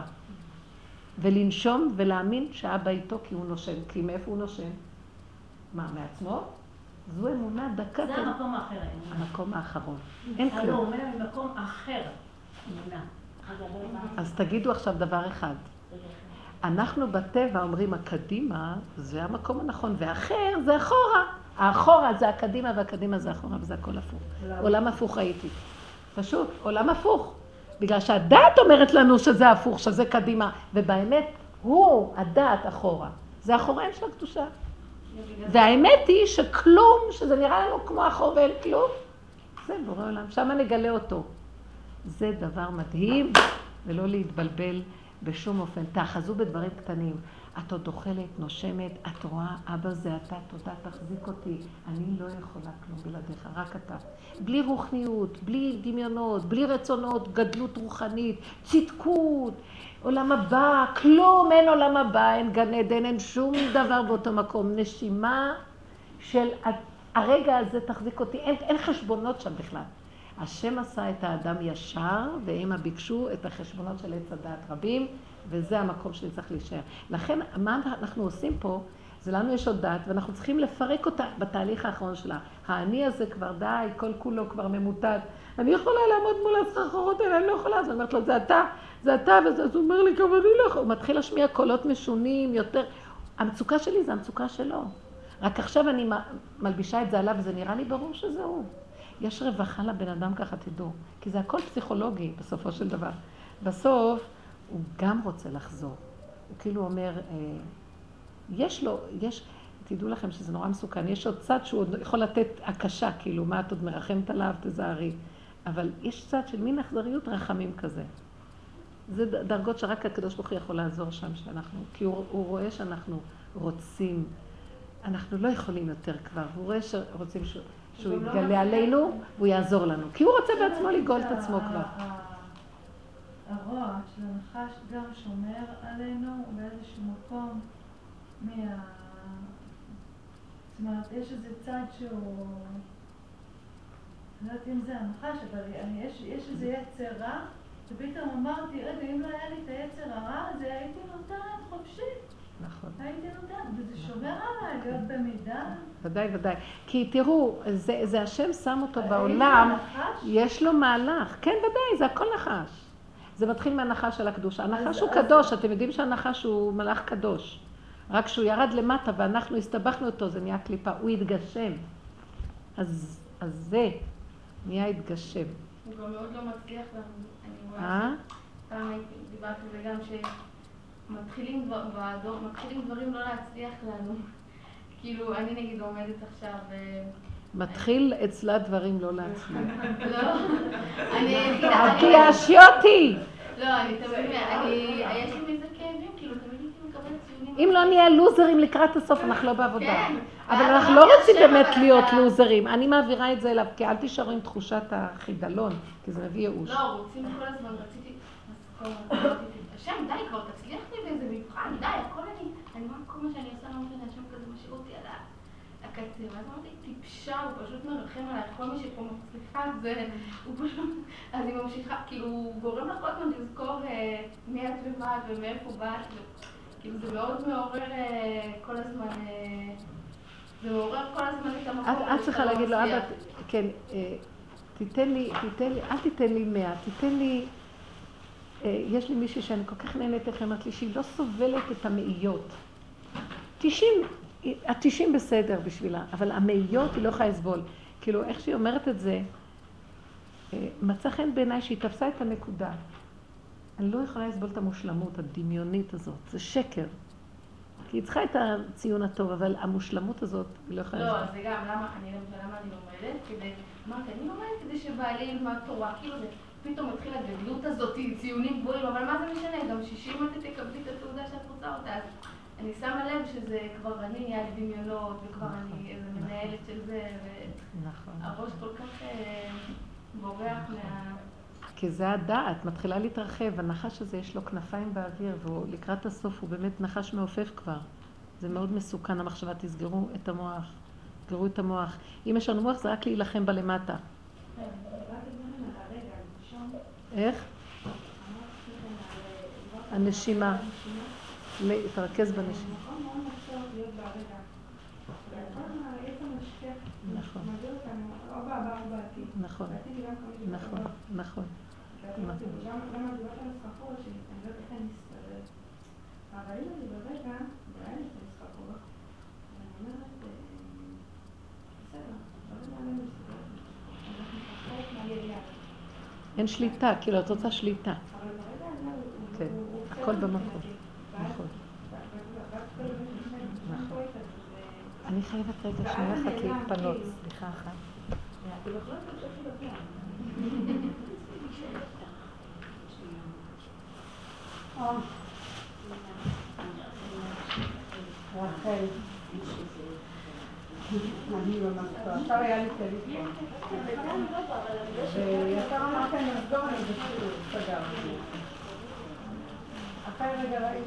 Speaker 1: ולנשום ולהאמין שאבא איתו כי הוא נושם, כי מאיפה הוא נושם? מה, מעצמו? זו אמונה דקה.
Speaker 4: זה המקום האחר.
Speaker 1: המקום האחרון. אין כלום.
Speaker 4: אני אומר ממקום אחר. אמונה.
Speaker 1: אז תגידו עכשיו דבר אחד. אנחנו בטבע אומרים, הקדימה זה המקום הנכון, והאחר זה אחורה. האחורה זה הקדימה והקדימה זה אחורה, וזה הכל הפוך. עולם הפוך הייתי. פשוט, עולם הפוך. בגלל שהדעת אומרת לנו שזה הפוך, שזה קדימה, ובאמת הוא, הדעת אחורה. זה אחוריים של הקדושה. והאמת היא שכלום, שזה נראה לנו כמו אחור ואין כלום, זה בורא עולם, שם נגלה אותו. זה דבר מדהים, ולא להתבלבל בשום אופן. תאחזו בדברים קטנים. את עוד אוכלת, נושמת, את רואה, אבא זה אתה, תודה, תחזיק אותי. אני לא יכולה כלום בלעדיך, רק אתה. בלי רוחניות, בלי דמיונות, בלי רצונות, גדלות רוחנית, צדקות, עולם הבא, כלום, אין עולם הבא, אין גן עדן, אין שום דבר באותו מקום. נשימה של הרגע הזה תחזיק אותי, אין, אין חשבונות שם בכלל. השם עשה את האדם ישר, ואמא ביקשו את החשבונות של עץ הדעת רבים, וזה המקום שלי צריך להישאר. לכן, מה אנחנו עושים פה, זה לנו יש עוד דעת, ואנחנו צריכים לפרק אותה בתהליך האחרון שלה. האני הזה כבר די, כל כולו כבר ממוטט. אני יכולה לעמוד מול הסחרחורות האלה, אני לא יכולה. אז אני אומרת לו, זה אתה, זה אתה, וזה, אז הוא אומר לי, כמה אני לא יכול. הוא מתחיל להשמיע קולות משונים יותר. המצוקה שלי זה המצוקה שלו. רק עכשיו אני מלבישה את זה עליו, וזה נראה לי ברור שזה הוא. יש רווחה לבן אדם ככה, תדעו. כי זה הכל פסיכולוגי בסופו של דבר. בסוף, הוא גם רוצה לחזור. הוא כאילו אומר, יש לו, יש, תדעו לכם שזה נורא מסוכן, יש עוד צד שהוא יכול לתת הקשה, כאילו, מה את עוד מרחמת עליו, תזהרי. אבל יש צד של מין אכזריות רחמים כזה. זה דרגות שרק הקדוש ברוך הוא יכול לעזור שם שאנחנו, כי הוא, הוא רואה שאנחנו רוצים, אנחנו לא יכולים יותר כבר, הוא רואה שרוצים שהוא, שהוא יתגלה עלינו, והוא יעזור לנו. כי הוא רוצה בעצמו לגאול את עצמו כבר.
Speaker 5: הרוע של הנחש גם שומר עלינו באיזשהו מקום מה... זאת אומרת, יש איזה צד שהוא... אני לא יודעת אם זה הנחש, אבל אני, יש, יש איזה יצר רע, ופתאום אמרתי, רגע, אם לא היה לי את היצר הרע הזה, הייתי נותנת חופשי.
Speaker 1: נכון.
Speaker 5: הייתי נותנת, וזה שומר עליי, להיות במידה.
Speaker 1: ודאי, ודאי. כי תראו, זה, זה השם שם אותו בעולם, יש לו מהלך. כן, ודאי, זה הכל נחש. זה מתחיל מהנחש של הקדושה. הנחש הוא קדוש, אתם יודעים שהנחש הוא מלאך קדוש. רק שהוא ירד למטה ואנחנו הסתבכנו אותו, זה נהיה קליפה, הוא התגשם. אז, אז זה נהיה התגשם.
Speaker 3: הוא גם מאוד לא מצליח לנו, אני רואה
Speaker 1: אה?
Speaker 3: פעם דיברתי על זה גם שמתחילים דבר, מתחילים דברים לא להצליח לנו. כאילו, אני נגיד עומדת עכשיו...
Speaker 1: מתחיל אצלה דברים לא להצליח.
Speaker 3: לא, אני היחידה...
Speaker 1: כי יאשיותי!
Speaker 3: לא, אני תמיד, אני, יש לי מזה כאבים, כאילו, תמיד הייתי מקבלת ציונים.
Speaker 1: אם לא נהיה לוזרים לקראת הסוף, אנחנו לא בעבודה. אבל אנחנו לא רוצים באמת להיות לוזרים. אני מעבירה את זה אליו, כי אל תישארו עם תחושת החידלון, כי זה מביא ייאוש.
Speaker 3: לא, רוצים כל הזמן, רציתי... השם, די, כבר תצליח לי באיזה מבחן, די, הכל אני... אני אומר, כל מה שאני עושה, לא אומרת, השם כזה משאיר אותי על הקצה. ואז אמרתי, טיפשה, הוא פשוט מרחם עליי, כל מי שפה מצליחה את זה, הוא פשוט... אז היא ממשיכה, כאילו, הוא גורם לך עוד פעם לזכור מי את ומה ומאיפה באת. כאילו, זה מאוד מעורר כל הזמן זה מעורר כל הזמן את המקום.
Speaker 1: את צריכה להגיד לו, אבא, כן, תיתן לי, תיתן לי, אל תיתן לי מאה, תיתן לי, יש לי מישהי שאני כל כך נהנית איך אמרת לי, שהיא לא סובלת את המאיות. תשעים, התשעים בסדר בשבילה, אבל המאיות היא לא יכולה לסבול. כאילו, איך שהיא אומרת את זה, מצא חן בעיניי שהיא תפסה את הנקודה. אני לא יכולה לסבול את המושלמות הדמיונית הזאת, זה שקר. כי היא צריכה את הציון הטוב, אבל המושלמות הזאת היא לא יכולה לסבול.
Speaker 3: לא, זה גם, למה אני למה אני לומדת? כדי, אמרתי, אני לומדת כדי שבעלי ילמד תורה, כאילו זה פתאום מתחיל הגדלות הזאת, ציונים גבוהים, אבל מה זה משנה? גם שישים את תקבלי את התעודה שאת רוצה אותה, אז אני שמה לב שזה כבר אני, היה לי דמיונות, וכבר אני איזה מנהלת של זה, והראש כל כך בורח מה...
Speaker 1: כי זה הדעת, מתחילה להתרחב, הנחש הזה יש לו כנפיים באוויר, ולקראת הסוף הוא באמת נחש מעופף כבר. זה מאוד מסוכן, המחשבה, תסגרו את המוח, תסגרו את המוח. אם יש לנו מוח זה רק להילחם בלמטה. איך? הנשימה. להתרכז בנשימה. נכון. נכון. נכון. נכון.
Speaker 2: גם הדעות על הסחפור, שאני לא יודעת איך אני מסתררת. אבל אם אני ברגע, בעין את הסחפור, ואני אומרת, בסדר, ברגע אני מסתררת. אנחנו חושבת מהיריעה.
Speaker 1: אין שליטה, כאילו את רוצה שליטה.
Speaker 2: אבל ברגע הזה,
Speaker 1: כן, הכל במקום. נכון. נכון. אני חייבת רגע שנייה אחת להתפנות. סליחה אחת.
Speaker 2: אתה בכלל תמשכי בפעם. רחל, אני במקצוע, עכשיו היה לי טלפון וישר אמרתי אני אסגור אני בשיעור, סגרתי אחרי רגע ראית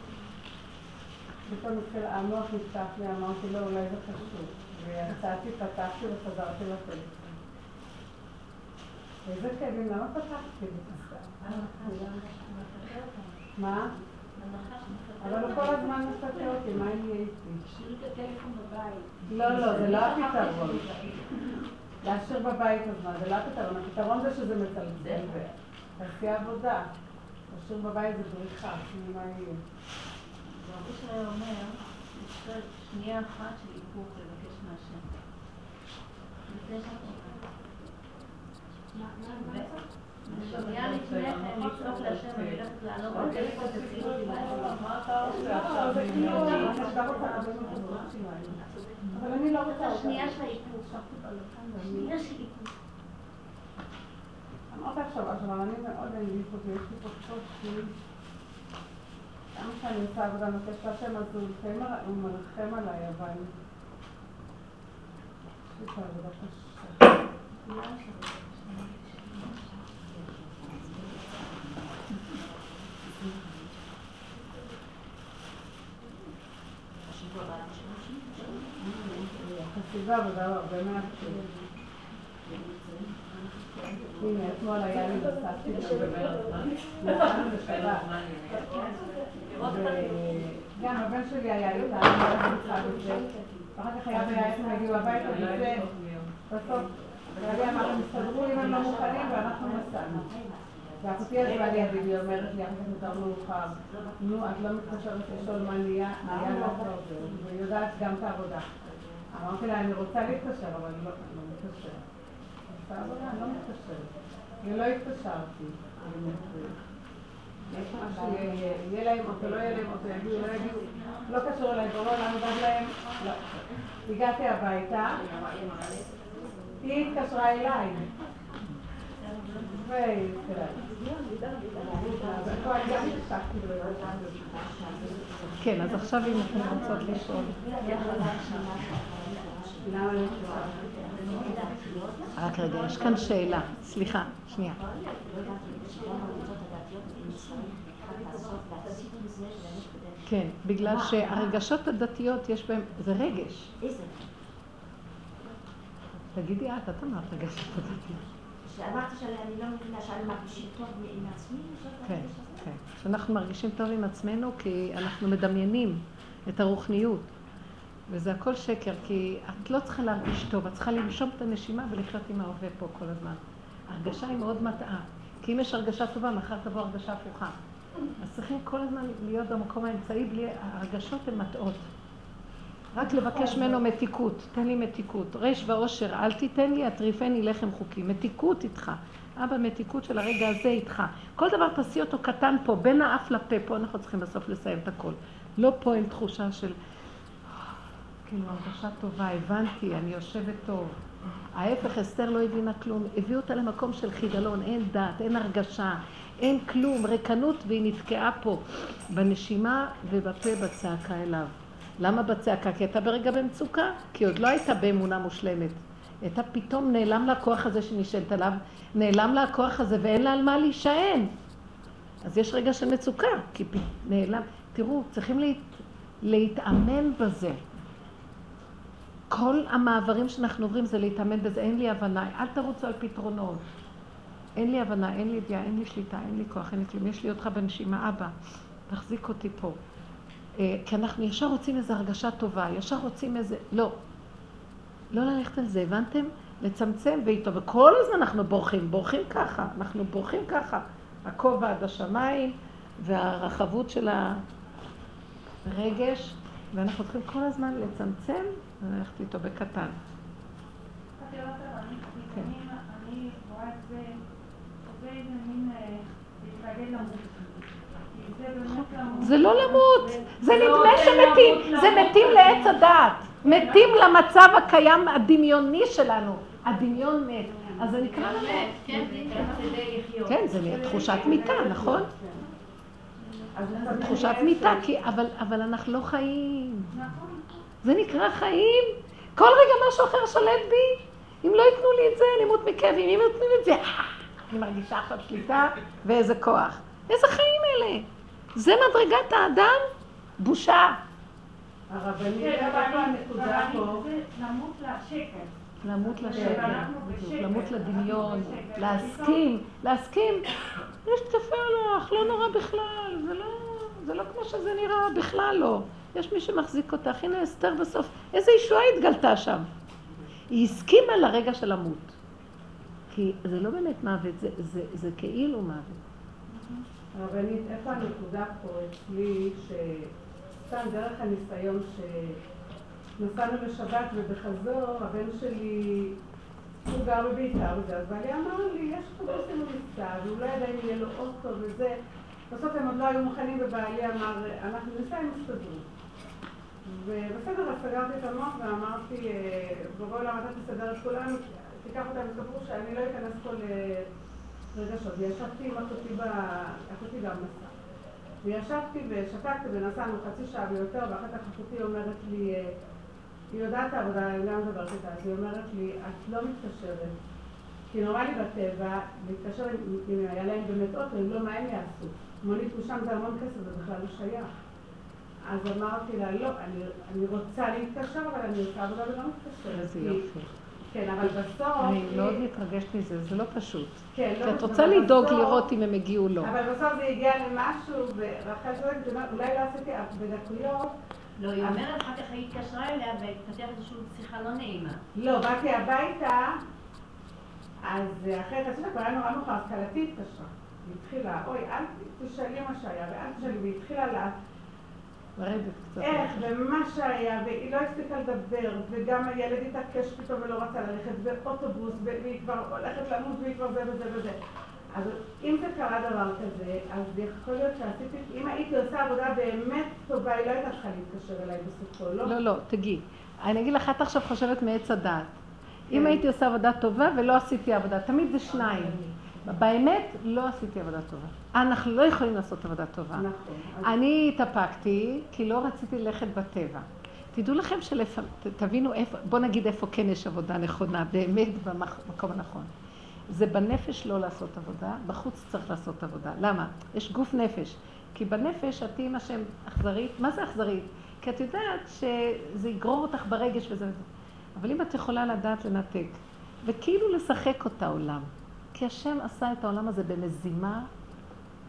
Speaker 2: פתאום התחיל המוח נפתח לי, אמרתי לו אולי זה חשוב ויצאתי, פתחתי וחזרתי לטלפון איזה כאבים, למה פתחתי בקסה? מה? אבל הוא כל הזמן מפתה אותי, מה אני הייתי?
Speaker 4: תשאירי את הטלפון בבית.
Speaker 2: לא, לא, זה לא הפתרון. להשאיר בבית הזמן, זה לא הפתרון. הפתרון זה שזה מצלצל ועשי עבודה. להשאיר בבית זה בריחה, מה יהיה?
Speaker 4: והרבה שהיה אומר, יש שנייה אחת של היפוך לבקש מהשם. לפני שאת אומרת. מה? שנייה לפני כן, לצעוק להשם, אני הולכת לעלות בטלפון, תציעו אותי מהשם.
Speaker 2: מה אתה עושה עכשיו? זה כאילו, אני אשבר אותה הרבה מחברות שלהם. אבל אני לא רוצה אותה.
Speaker 4: השנייה של היפוך. השנייה של היפוך.
Speaker 2: אמרת עכשיו, אבל אני מאוד אין לי פה, ויש לי פה קצות שלי. גם כשאני עושה עבודה מבקש להשם, אז הוא מרחם עליי, אבל... יש לי פה עבודה קשה. חסיבה עבודה הרבה מהפשוט. הנה, אתמול היה לי נסעתי נסענו בשבת. גם הבן שלי היה לי טעם בזה. ואחר כך היה בעיה שהם הגיעו הביתה וזה בסוף. ואני אמרת, הם הסתדרו אם הם לא מוכנים ואנחנו נסענו. ואחותי ישבה לידי והיא אומרת לי, אחר כך יותר מאוחר, נו, את לא מתקשרת לשאול מה נהיה, נהיה לא טוב, והיא יודעת גם את העבודה. אמרתי לה, אני רוצה להתקשר, אבל אני לא מתקשרת. עושה עבודה, אני לא מתקשרת. אני לא התקשרתי. יש משהו, יהיה להם אותו, לא יהיה להם אותו, יגיעו, לא יגיעו. לא קשור אליי, ברור, אני דאג להם. הגעתי הביתה, היא התקשרה אליי.
Speaker 1: כן, אז עכשיו אם אתם רוצות לשאול. רק רגע, יש כאן שאלה. סליחה, שנייה. כן, בגלל שהרגשות הדתיות יש בהם, זה רגש. תגידי את, את אמרת רגשות הדתיות.
Speaker 6: שאמרתי שאני לא מבינה שאני מרגישים טוב עם עצמי?
Speaker 1: כן, כן. שאנחנו מרגישים טוב עם עצמנו כי אנחנו מדמיינים את הרוחניות. וזה הכל שקר, כי את לא צריכה להרגיש טוב, את צריכה לנשום את הנשימה ולחיות עם ההווה פה כל הזמן. ההרגשה היא מאוד מטעה, כי אם יש הרגשה טובה, מחר תבוא הרגשה הפוכה. אז צריכים כל הזמן להיות במקום האמצעי, בלי הרגשות הן מטעות. רק לבקש ממנו מתיקות, תן לי מתיקות. רש ואושר, אל תיתן לי, אטריפני לחם חוקי. מתיקות איתך. אבא, מתיקות של הרגע הזה איתך. כל דבר תעשי אותו קטן פה, בין האף לפה, פה אנחנו צריכים בסוף לסיים את הכל. לא פה עם תחושה של, כאילו, הרגשה טובה, הבנתי, אני יושבת טוב. ההפך, אסתר לא הבינה כלום. הביאו אותה למקום של חידלון, אין דעת, אין הרגשה, אין כלום, ריקנות, והיא נתקעה פה, בנשימה ובפה בצעקה אליו. למה בצעקה? כי הייתה ברגע במצוקה, כי עוד לא הייתה באמונה מושלמת. הייתה פתאום נעלם לה הכוח הזה שנשאלת עליו, נעלם לה הכוח הזה ואין לה על מה להישען. אז יש רגע של מצוקה, כי נעלם. תראו, צריכים להת... להתאמן בזה. כל המעברים שאנחנו עוברים זה להתאמן בזה, אין לי הבנה, אל תרוצו על פתרונות. אין לי הבנה, אין לי ידיעה, אין לי שליטה, אין לי כוח, אין לי כלום. יש לי אותך בנשימה, אבא, תחזיק אותי פה. כי אנחנו ישר רוצים איזו הרגשה טובה, ישר רוצים איזה... לא. לא ללכת על זה, הבנתם? לצמצם ואיתו. וכל הזמן אנחנו בורחים, בורחים ככה. אנחנו בורחים ככה. הכובע עד השמיים והרחבות של הרגש. ואנחנו צריכים כל הזמן לצמצם וללכת איתו בקטן.
Speaker 5: אני רואה את זה, זה איזה מין להתרגל למות.
Speaker 1: זה לא למות, זה נדמה שמתים, זה מתים לעץ הדעת, מתים למצב הקיים הדמיוני שלנו, הדמיון מת, אז זה נקרא למות. כן, זה תחושת מיטה, נכון? זה תחושת מיטה, אבל אנחנו לא חיים. זה נקרא חיים. כל רגע משהו אחר שולט בי, אם לא ייתנו לי את זה, אני אמות מכאבים, אם ייתנו לי את זה, אני מרגישה עכשיו שליטה ואיזה כוח. איזה חיים אלה? זה מדרגת האדם? בושה.
Speaker 2: הרבנית, איפה הנקודה פה?
Speaker 5: למות לשקר.
Speaker 1: למות לשקר, למות לדמיון, להסכים, להסכים. יש תקפה לך, לא נורא בכלל, זה לא, זה לא כמו שזה נראה, בכלל לא. יש מי שמחזיק אותך, הנה אסתר בסוף. איזה ישועה התגלתה שם. היא הסכימה לרגע של המות. כי זה לא באמת מוות, זה, זה, זה כאילו מוות.
Speaker 2: הרבנית, איפה הנקודה פה אצלי, שסתם דרך הניסיון שנסענו לשבת ובחזור, הבן שלי, הוא גר בביתר וזה, אז בעלי אמר לי, יש אוטובוסים במבצע, ואולי עדיין יהיה לו אוטו וזה. בסוף הם עוד לא היו מוכנים, ובעלי אמר, אנחנו ניסע עם הסתדרות. ובסדר, אז סגרתי את המוח ואמרתי, בואו למה אתה תסדר את כולם, תיקח אותם וספרו שאני לא אכנס פה לרגשות. וישבתי עם אחותי, אחותי גם נסע. וישבתי ושתקתי ונסענו חצי שעה ויותר, ואחת אחותי אומרת לי, היא יודעת העבודה, אני גם מדברת איתה, אז היא אומרת לי, את לא מתקשרת. כי נורא לי בטבע, להתקשר אם היה להם באמת אוטו, אם לא, מה הם יעשו? מונית ושם זה המון כסף, זה בכלל לא שייך. אז אמרתי לה, לא, אני, אני רוצה להתקשר, אבל אני עושה עבודה ולא מתקשרת.
Speaker 1: איזה יופי.
Speaker 2: כן, אבל בסוף...
Speaker 1: אני מאוד מתרגשת מזה, זה לא פשוט.
Speaker 2: כן, לא
Speaker 1: כי את
Speaker 2: פשוט.
Speaker 1: רוצה לדאוג לראות אם הם הגיעו לא.
Speaker 2: אבל בסוף זה הגיע למשהו, ורחל שואלת, אולי לא עשיתי בדקויות.
Speaker 4: לא, היא אומרת, אחר כך היא התקשרה אליה והתפתח איזושהי שיחה לא נעימה.
Speaker 2: לא, באתי הביתה, אז אחרי חצי שעה כבר היה נורא מאוחר, אז כלתי התקשרה. היא התחילה, אוי, אל תשאלי מה שהיה, ואל תשאלי, והיא התחילה לה...
Speaker 1: לרדת קצת.
Speaker 2: איך, ומה שהיה, והיא לא הספיקה לדבר, וגם הילד התעקש פתאום ולא רצה ללכת, ואוטובוס, והיא כבר הולכת למות, והיא כבר זה וזה וזה. אז אם זה קרה דבר כזה, אז יכול להיות שעשיתי, אם הייתי עושה עבודה באמת טובה, היא לא הייתה צריכה להתקשר אליי בסופו, לא?
Speaker 1: לא, לא, תגיעי. אני אגיד לך, את עכשיו חושבת מעץ הדעת. אם הייתי עושה עבודה טובה ולא עשיתי עבודה, תמיד זה שניים. באמת לא עשיתי עבודה טובה. אנחנו לא יכולים לעשות עבודה טובה.
Speaker 2: נכון.
Speaker 1: אני התאפקתי כי לא רציתי ללכת בטבע. תדעו לכם שלפעמים, תבינו איפה, בוא נגיד איפה כן יש עבודה נכונה, באמת במקום הנכון. זה בנפש לא לעשות עבודה, בחוץ צריך לעשות עבודה. למה? יש גוף נפש. כי בנפש את עם השם אכזרית. מה זה אכזרית? כי את יודעת שזה יגרור אותך ברגש וזה וזה. אבל אם את יכולה לדעת לנתק, וכאילו לשחק אותה עולם, כי השם עשה את העולם הזה במזימה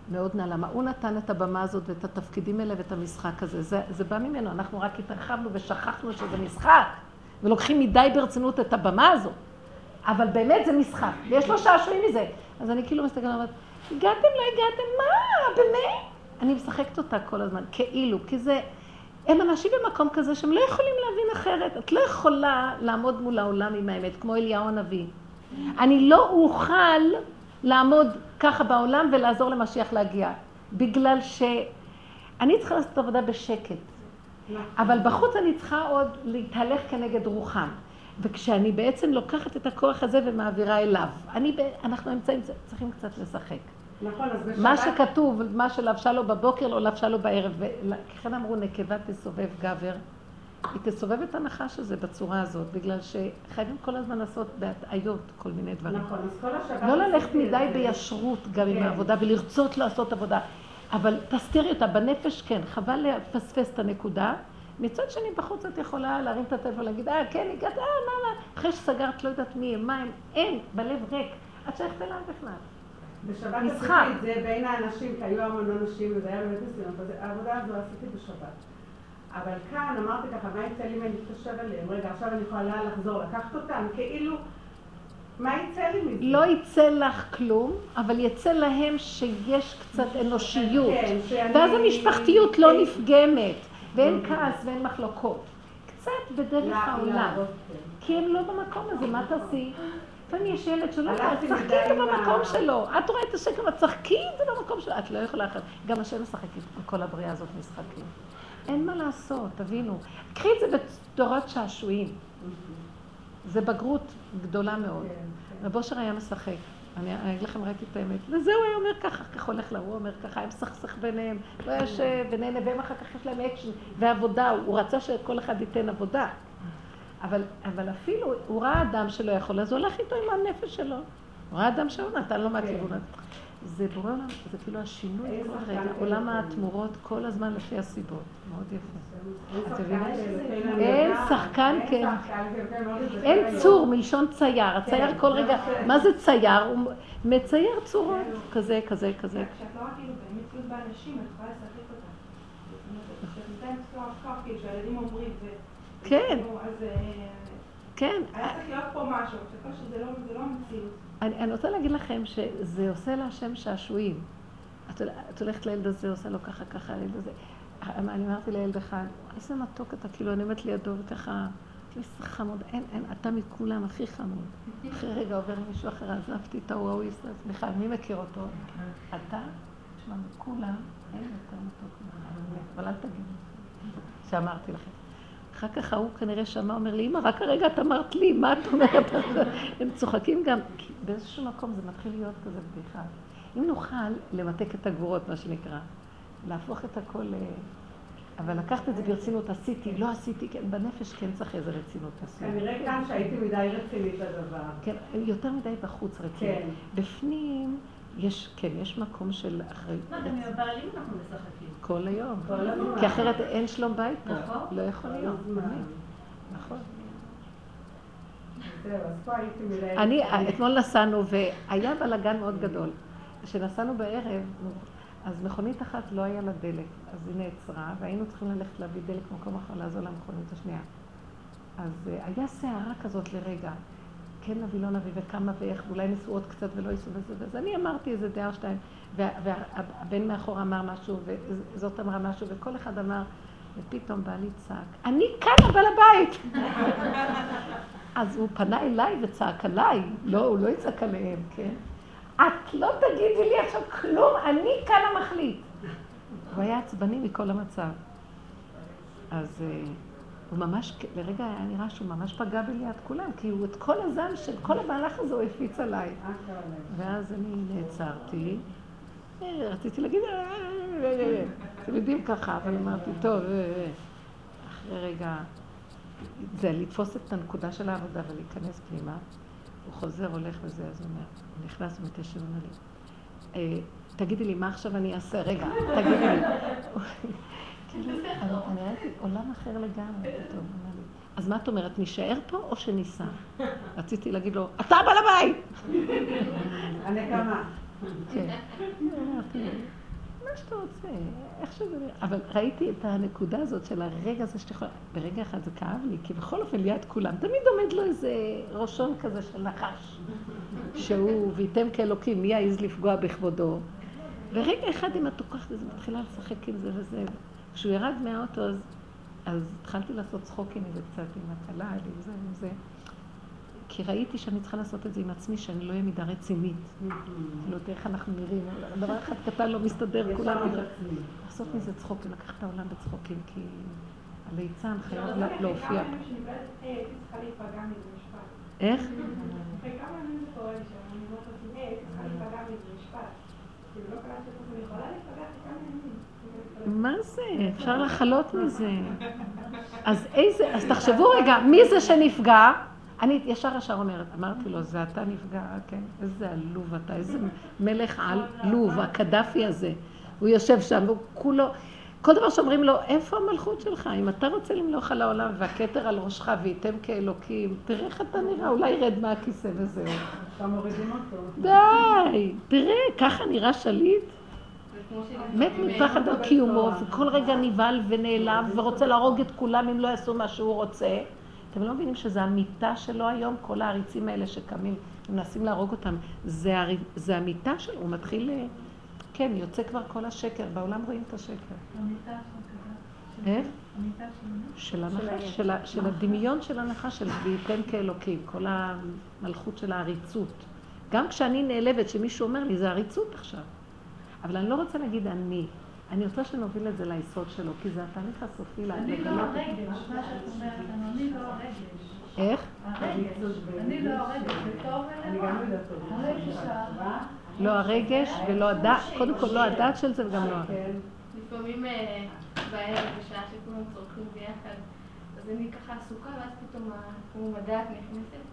Speaker 1: מאוד נע. למה הוא נתן את הבמה הזאת ואת התפקידים האלה ואת המשחק הזה. זה, זה בא ממנו, אנחנו רק התרחבנו ושכחנו שזה משחק, ולוקחים מדי ברצינות את הבמה הזאת. אבל באמת זה משחק, ויש לו שעשועים מזה. אז אני כאילו מסתכלת ואומרת, הגעתם, לא הגעתם, מה? באמת? אני משחקת אותה כל הזמן, כאילו, כי זה... הם אנשים במקום כזה שהם לא יכולים להבין אחרת. את לא יכולה לעמוד מול העולם עם האמת, כמו אליהו הנביא. אני לא אוכל לעמוד ככה בעולם ולעזור למשיח להגיע, בגלל שאני צריכה לעשות עבודה בשקט. אבל בחוץ אני צריכה עוד להתהלך כנגד רוחם. וכשאני בעצם לוקחת את הכוח הזה ומעבירה אליו, אני, אנחנו אמצעים, צריכים קצת לשחק.
Speaker 2: נכון, אז בשבת...
Speaker 1: מה שכתוב, מה שלבשה לו בבוקר, לא לבשה לו בערב. וכן אמרו, נקבה תסובב גבר. היא תסובב את הנחש הזה בצורה הזאת, בגלל שחייבים כל הזמן לעשות בהטעיות כל מיני דברים.
Speaker 2: נכון, אז כל השבת...
Speaker 1: לא ללכת מדי בישרות גם עם העבודה, ולרצות לעשות עבודה. אבל תסתירי אותה, בנפש כן, חבל לפספס את הנקודה. מצד שני, בחוץ את יכולה להרים את הטלפון ולהגיד, אה, כן, הגעת, אה, מה, מה, אחרי שסגרת, לא יודעת מי, מה הם, אין, בלב ריק. את שייכת אליו בכלל.
Speaker 2: בשבת עשיתי את זה בין האנשים, כי היו המון אנשים, וזה היה באמת מסוים, העבודה הזו עשיתי בשבת. אבל כאן אמרתי ככה, מה יצא לי מלהתקשר אליהם? רגע, עכשיו אני יכולה לחזור, לקחת אותם, כאילו, מה יצא לי מזה?
Speaker 1: לא יצא לך כלום, אבל יצא להם שיש קצת אנושיות. ואז המשפחתיות לא נפגמת, ואין כעס ואין מחלוקות. קצת בדרך העולם. כי הם לא במקום הזה, מה תעשי? לפעמים יש ילד שלא יכולה, תשחקי את זה במקום שלו. את רואה את השקר, תשחקי את זה במקום שלו. את לא יכולה אחת. גם השם משחק בכל הבריאה הזאת משחקים. אין מה לעשות, תבינו. קחי את זה בדורות שעשועים. זה בגרות גדולה מאוד. רב אושר היה משחק. אני אגיד לכם רק את האמת. לזה הוא היה אומר ככה, כך הולך לה, הוא אומר ככה, הם סכסך ביניהם, לא יש ביניהם, והם אחר כך יש להם אקשן ועבודה. הוא רצה שכל אחד ייתן עבודה. אבל, אבל אפילו הוא ראה אדם שלא יכול, אז הוא הולך איתו עם הנפש שלו. הוא ראה אדם שלא נתן לו מהכיוון. זה בורא עולם, זה כאילו השינוי כל רגע, עולם התמורות כל הזמן לפי הסיבות. מאוד יפה. את מבינה? אין שחקן, כן. אין צור מלשון צייר. הצייר כל רגע, מה זה צייר? הוא מצייר צורות. כזה, כזה, כזה.
Speaker 7: כשאת לא כאילו באמת תלוי באנשים, את יכולה לשחק אותה. כשאת ניתן צורה כוח, כאילו שהילדים אומרים,
Speaker 1: כן.
Speaker 7: אז
Speaker 1: כן.
Speaker 7: היה צריך להיות פה משהו, שזה לא המציאות.
Speaker 1: אני, אני רוצה להגיד לכם שזה עושה להשם שעשועים. את, את הולכת לילד הזה, עושה לו ככה, ככה, לילד הזה. אני אמרתי לילד אחד, איזה מתוק אתה, כאילו, אני עומדת לידו וככה, איזה חמוד, אין, אין, אתה מכולם הכי חמוד. אחרי רגע עובר מישהו אחר, עזבתי את ההוא, ההוא ישראל, סליחה, מי מכיר אותו? אתה? תשמע, מכולם, אין יותר מתוק ממך, אבל אל תגיד שאמרתי לכם. אחר כך ההוא כנראה שמע, אומר לי, אמא, רק הרגע את אמרת לי, מה את אומרת? הם צוחקים גם, כי באיזשהו מקום זה מתחיל להיות כזה בדיחה. אם נוכל למתק את הגבורות, מה שנקרא, להפוך את הכל, אבל לקחת את זה ברצינות, עשיתי, לא עשיתי, כן, בנפש כן צריך איזה רצינות.
Speaker 2: כנראה כאן שהייתי מדי רצינית הדבר.
Speaker 1: כן, יותר מדי בחוץ רצינית. בפנים, יש, כן, יש מקום של אחריות.
Speaker 4: מה, גם עם הבעלים אנחנו משחקים.
Speaker 1: כל היום. כי אחרת אין שלום בית פה. לא יכול להיות. נכון.
Speaker 2: זהו, אז פה הייתי מדי...
Speaker 1: אני, אתמול נסענו, והיה בלגן מאוד גדול. כשנסענו בערב, אז מכונית אחת לא היה לה דלק, אז היא נעצרה, והיינו צריכים ללכת להביא דלק במקום אחר, לעזור למכונית השנייה. אז היה סערה כזאת לרגע. כן נביא, לא נביא, וכמה ואיך, ואולי ניסו עוד קצת ולא ייסו וזה וזה. אני אמרתי איזה דעה או שתיים, והבן מאחור אמר משהו, וזאת אמרה משהו, וכל אחד אמר, ופתאום בא לי צעק, אני כאן הבעל הבית! אז הוא פנה אליי וצעק עליי, לא, הוא לא יצעק עליהם, כן? את לא תגידי לי עכשיו כלום, אני כאן המחליט. הוא היה עצבני מכל המצב. אז... הוא ממש, לרגע היה נראה שהוא ממש פגע בליד כולם, כי הוא את כל הזמן של כל המהלך הזה הוא הפיץ עליי. ואז אני נעצרתי, רציתי להגיד, אתם יודעים ככה, אבל אמרתי, טוב, אחרי רגע, זה לתפוס את הנקודה של העבודה ולהיכנס פנימה, הוא חוזר, הולך וזה, אז הוא אומר, הוא נכנס ומתיישב לי, תגידי לי, מה עכשיו אני אעשה? רגע, תגידי לי. אני ראיתי עולם אחר לגמרי, טוב, אמר לי. אז מה את אומרת, נשאר פה או שניסע? רציתי להגיד לו, אתה בעל הבית!
Speaker 2: הנקמה.
Speaker 1: כן. מה שאתה רוצה, איך שזה נראה. אבל ראיתי את הנקודה הזאת של הרגע הזה שאתה יכול... ברגע אחד זה כאב לי, כי בכל אופן ליד כולם, תמיד עומד לו איזה ראשון כזה של נחש, שהוא וייתם כאלוקים, מי יעז לפגוע בכבודו. ורגע אחד אם את תוקחת את זה, מתחילה לשחק עם זה וזה. כשהוא ירד מהאוטו, אז, אז התחלתי לעשות צחוק עם זה קצת, עם הקלה, עם זה, עם זה. כי ראיתי שאני צריכה לעשות את זה עם עצמי, שאני לא אהיה מידה רצינית. לא יודע איך אנחנו נראים, דבר אחד קטן לא מסתדר, כולם לעשות מזה צחוקים, לקחת את העולם בצחוקים, כי הליצן חייב להופיע.
Speaker 7: אחרי כמה ימים שאני בלעת, היי, הייתי צריכה להיפגע מזה משפט.
Speaker 1: איך?
Speaker 7: אחרי כמה ימים זה קורה לי שם, אני אומרת לעצמי, היי, הייתי צריכה להיפגע מזה משפט. כאילו לא קראתי את זה, אני יכולה להיפגע אחרי כמה ימים.
Speaker 1: מה זה? אפשר לחלות מזה. אז איזה, אז תחשבו רגע, מי זה שנפגע? אני ישר ישר אומרת, אמרתי לו, זה אתה נפגע, כן? איזה עלוב אתה, איזה מלך עלוב, הקדפי הזה. הוא יושב שם, והוא כולו, כל דבר שאומרים לו, איפה המלכות שלך? אם אתה רוצה למלוך על העולם והכתר על ראשך וייתם כאלוקים, תראה איך אתה נראה, אולי ירד מהכיסא וזהו.
Speaker 2: אתה מורידים אותו.
Speaker 1: די, תראה, ככה נראה שליט. מת מפחד על קיומו, וכל רגע נבהל ונעלב ורוצה להרוג את כולם אם לא יעשו מה שהוא רוצה. אתם לא מבינים שזה המיטה שלו היום, כל העריצים האלה שקמים, מנסים להרוג אותם, זה, הר... זה המיטה שלו, הוא מתחיל, כן, יוצא כבר כל השקר, בעולם רואים את השקר.
Speaker 5: המיטה של
Speaker 1: איך?
Speaker 5: המיטה
Speaker 1: של הנחש, של, ה... של הדמיון של הנחש, של וייתם כאלוקים, כל המלכות של העריצות. גם כשאני נעלבת שמישהו אומר לי, זה עריצות עכשיו. אבל אני לא רוצה להגיד אני. אני רוצה שנוביל את זה ליסוד שלו, כי זה התהליך הסופי לגלות.
Speaker 5: אני לא הרגש, מה שאת אומרת, אני לא הרגש.
Speaker 1: איך?
Speaker 5: הרגש, אני לא הרגש, וטוב
Speaker 2: אני גם יודעת טוב.
Speaker 5: הרגש
Speaker 1: לא הרגש ולא הדעת, קודם כל לא הדעת של זה וגם לא הרגש.
Speaker 3: לפעמים בערב, בשעה שכולם צורכים ביחד, אז אני ככה עסוקה, ואז פתאום כמו מדעת נכנסת.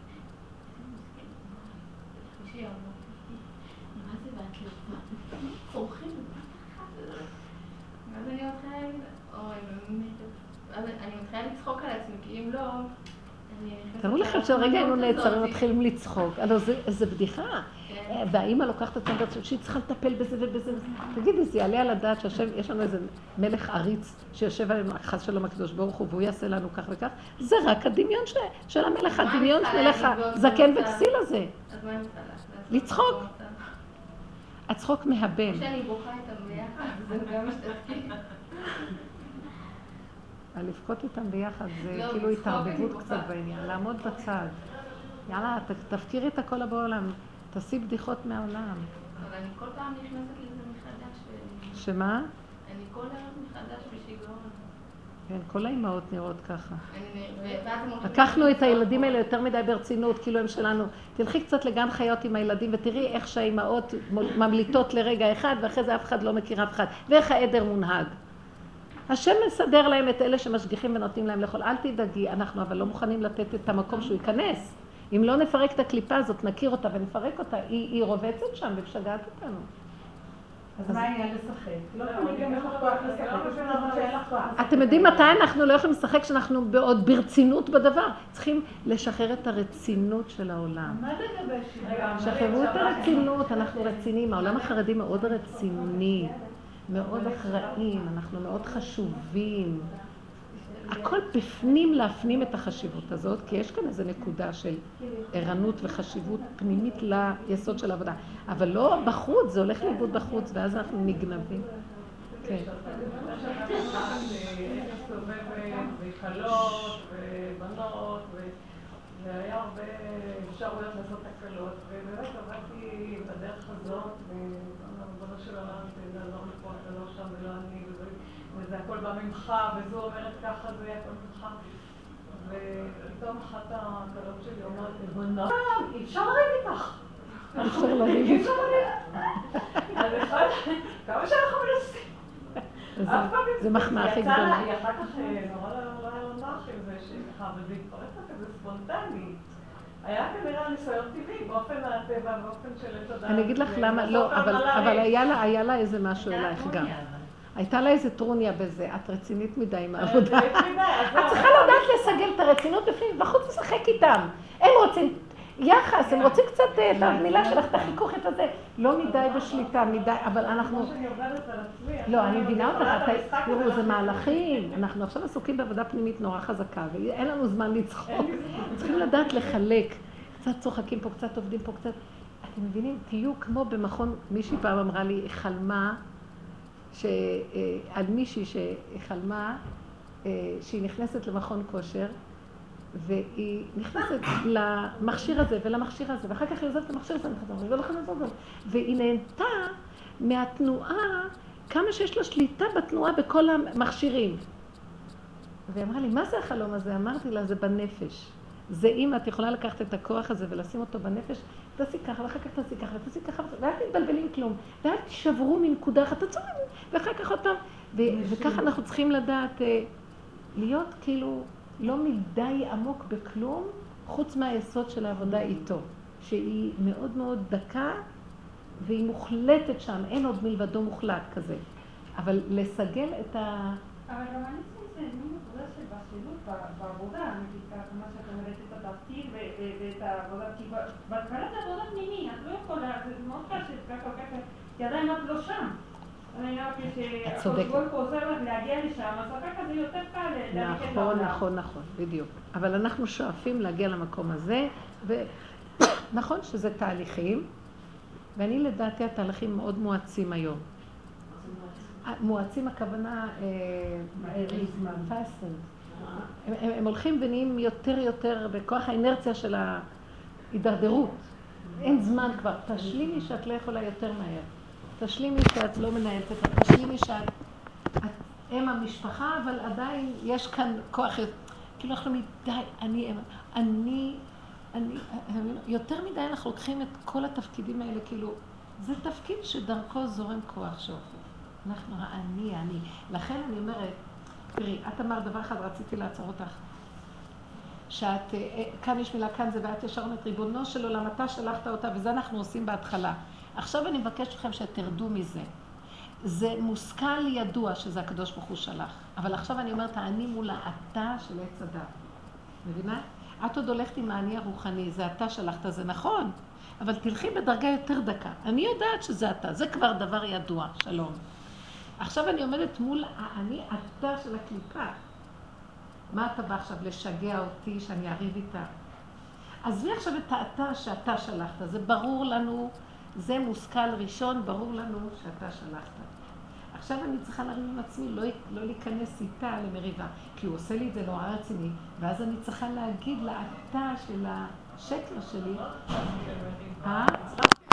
Speaker 3: תחשי, מה זה ואת לבד? צורכים בבת אחת. ואז אני מתחילה להגיד, אוי, באמת, אז אני מתחילה לצחוק על עצמי, כי אם לא...
Speaker 1: תראו לכם שרגע היינו נעצרים מתחילים לצחוק, הלוא זה בדיחה. והאימא לוקחת את זה שהיא צריכה לטפל בזה ובזה. תגידי, זה יעלה על הדעת שיש לנו איזה מלך עריץ שיושב עלינו, חס שלום הקדוש ברוך הוא, והוא יעשה לנו כך וכך. זה רק הדמיון של המלך, הדמיון של מלך הזקן וכסיל הזה.
Speaker 3: אז מה אני צריכה לעשות?
Speaker 1: לצחוק. הצחוק מהבן.
Speaker 3: כשאני בוכה איתם ביחד, זה גם משתתקים.
Speaker 1: לבכות איתם ביחד זה כאילו התערבבות קצת בעניין, לעמוד בצד. יאללה, תפקירי את הכל בעולם, תעשי בדיחות מהעולם.
Speaker 3: אבל אני כל פעם נכנסת לזה מחדש.
Speaker 1: שמה?
Speaker 3: אני כל ערב מחדש בשיגעון.
Speaker 1: כן, כל האימהות נראות ככה.
Speaker 3: אני...
Speaker 1: לקחנו את הילדים האלה יותר מדי ברצינות, כאילו הם שלנו. תלכי קצת לגן חיות עם הילדים ותראי איך שהאימהות ממליטות לרגע אחד ואחרי זה אף אחד לא מכיר אף אחד. ואיך העדר מונהג. השם מסדר להם את אלה שמשגיחים ונותנים להם לאכול. אל תדאגי, אנחנו אבל לא מוכנים לתת את המקום שהוא ייכנס. אם לא נפרק את הקליפה הזאת, נכיר אותה ונפרק אותה, היא, היא רובצת שם ומשגעת אותנו.
Speaker 2: אז מה העניין לשחק? לא תמיד גם יש לך כוח לשחק.
Speaker 1: אתם יודעים מתי אנחנו לא יכולים לשחק כשאנחנו עוד ברצינות בדבר? צריכים לשחרר את הרצינות של העולם.
Speaker 5: מה לגבי שירה?
Speaker 1: שחררו את הרצינות, אנחנו רציניים. העולם החרדי מאוד רציני. מאוד אחראים, אנחנו מאוד חשובים. הכל בפנים להפנים את החשיבות הזאת, כי יש כאן איזו נקודה של ערנות וחשיבות פנימית ליסוד של העבודה. אבל לא בחוץ, זה הולך לאיבוד בחוץ, ואז אנחנו נגנבים. כן.
Speaker 8: וקלות ובנות, והיה הרבה אפשרויות לעשות הקלות, ובאמת עבדתי בדרך הזאת, ובנו של עולם, לא לפה, לא שם ולא אני, וזה הכל בא ממך, וזו אומרת ככה, זה היה הכל ממך. ופתאום אחת הקלות שלי אומרת, בנות, אי אפשר לריב איתך.
Speaker 1: אי אפשר לריב איתך.
Speaker 8: אז אחד, כמה שאנחנו מנסים.
Speaker 1: זה מחמאה הכי גדולה.
Speaker 8: היא אחר כך נורא לא נוח עם זה שככה, וזה התפרק כזה ספונטני. היה כנראה ניסיון טבעי, באופן הטבע, באופן של תודעה.
Speaker 1: אני אגיד לך למה, לא, אבל היה לה איזה משהו אלייך גם. הייתה לה איזה טרוניה בזה, את רצינית מדי עם העבודה. את צריכה לדעת לסגל את הרצינות בפנים, בחוץ לשחק איתם. הם רוצים, יחס, הם רוצים קצת את המילה שלך, את החיכוך את הזה. לא מדי בשליטה, מדי, אבל אנחנו...
Speaker 8: כמו שאני עובדת על עצמי.
Speaker 1: לא, אני מבינה אותך, תראו, זה מהלכים. אנחנו עכשיו עסוקים בעבודה פנימית נורא חזקה, ואין לנו זמן לצחוק. צריכים לדעת לחלק. קצת צוחקים פה, קצת עובדים פה, קצת... אתם מבינים? תהיו כמו במכון, מישהי פעם אמרה לי, חלמה, על מישהי שחלמה, שהיא נכנסת למכון כושר, והיא נכנסת למכשיר הזה ולמכשיר הזה, ואחר כך היא עוזבת את המכשיר הזה, והיא נהנתה מהתנועה, כמה שיש לה שליטה בתנועה בכל המכשירים. והיא אמרה לי, מה זה החלום הזה? אמרתי לה, זה בנפש. זה אם את יכולה לקחת את הכוח הזה ולשים אותו בנפש, תעשי ככה, ואחר כך תעשי ככה, ותעשי ככה, ואל תתבלבלים כלום, ואל תשברו מנקודה אחת, תעצרו, ואחר כך עוד פעם. וככה אנחנו צריכים לדעת להיות כאילו לא מדי עמוק בכלום, חוץ מהיסוד של העבודה איתו, שהיא מאוד מאוד דקה, והיא מוחלטת שם, אין עוד מלבדו מוחלט כזה. אבל לסגל את ה...
Speaker 7: אבל גם אני חושבת שזה נקודה שבשלות בעבודה, נגיד ככה, מה שאת אומרת, את התפקיד ואת העבודה, כי בהתחלה זה עבודה פנימית, את לא יכולה, זה מאוד קשה, ככה וככה, כי עדיין את לא שם. אני אומרת שהחושבון פה עוזר לך להגיע לשם, אז ככה זה יותר קל להגיע לעולם.
Speaker 1: נכון, נכון, נכון, בדיוק. אבל אנחנו שואפים להגיע למקום הזה, ונכון שזה תהליכים, ואני לדעתי התהליכים מאוד מואצים היום. מואצים הכוונה פאסטנד. הם הולכים ונהיים יותר יותר בכוח האינרציה של ההידרדרות. אין זמן כבר. תשלימי שאת לא יכולה יותר מהר. תשלימי שאת לא מנהלת את זה. תשלימי שאת אם המשפחה, אבל עדיין יש כאן כוח. כאילו אנחנו מדי, אני אם, אני, אני, יותר מדי אנחנו לוקחים את כל התפקידים האלה, כאילו, זה תפקיד שדרכו זורם כוח שאופי. אנחנו אני, אני. לכן אני אומרת, תראי, את אמרת דבר אחד, רציתי לעצור אותך. שאת, כאן יש מילה, כאן זה, ואת ישר אומרת, ריבונו של עולם, אתה שלחת אותה, וזה אנחנו עושים בהתחלה. עכשיו אני מבקש לכם שתרדו מזה. זה מושכל ידוע שזה הקדוש ברוך הוא שלח. אבל עכשיו אני אומרת, אני מול האתה של עץ הדת. מבינה? את עוד הולכת עם האני הרוחני, זה אתה שלחת, זה נכון. אבל תלכי בדרגה יותר דקה. אני יודעת שזה אתה, זה כבר דבר ידוע, שלום. עכשיו אני עומדת מול האני אתה של הקליפה. מה אתה בא עכשיו? לשגע אותי שאני אריב איתה. עזבי עכשיו את האתה שאתה שלחת, זה ברור לנו, זה מושכל ראשון, ברור לנו שאתה שלחת. עכשיו אני צריכה לריב עם עצמי, לא, לא להיכנס איתה למריבה, כי הוא עושה לי את זה נורא רציני, ואז אני צריכה להגיד לאתה של השקר שלי, אה?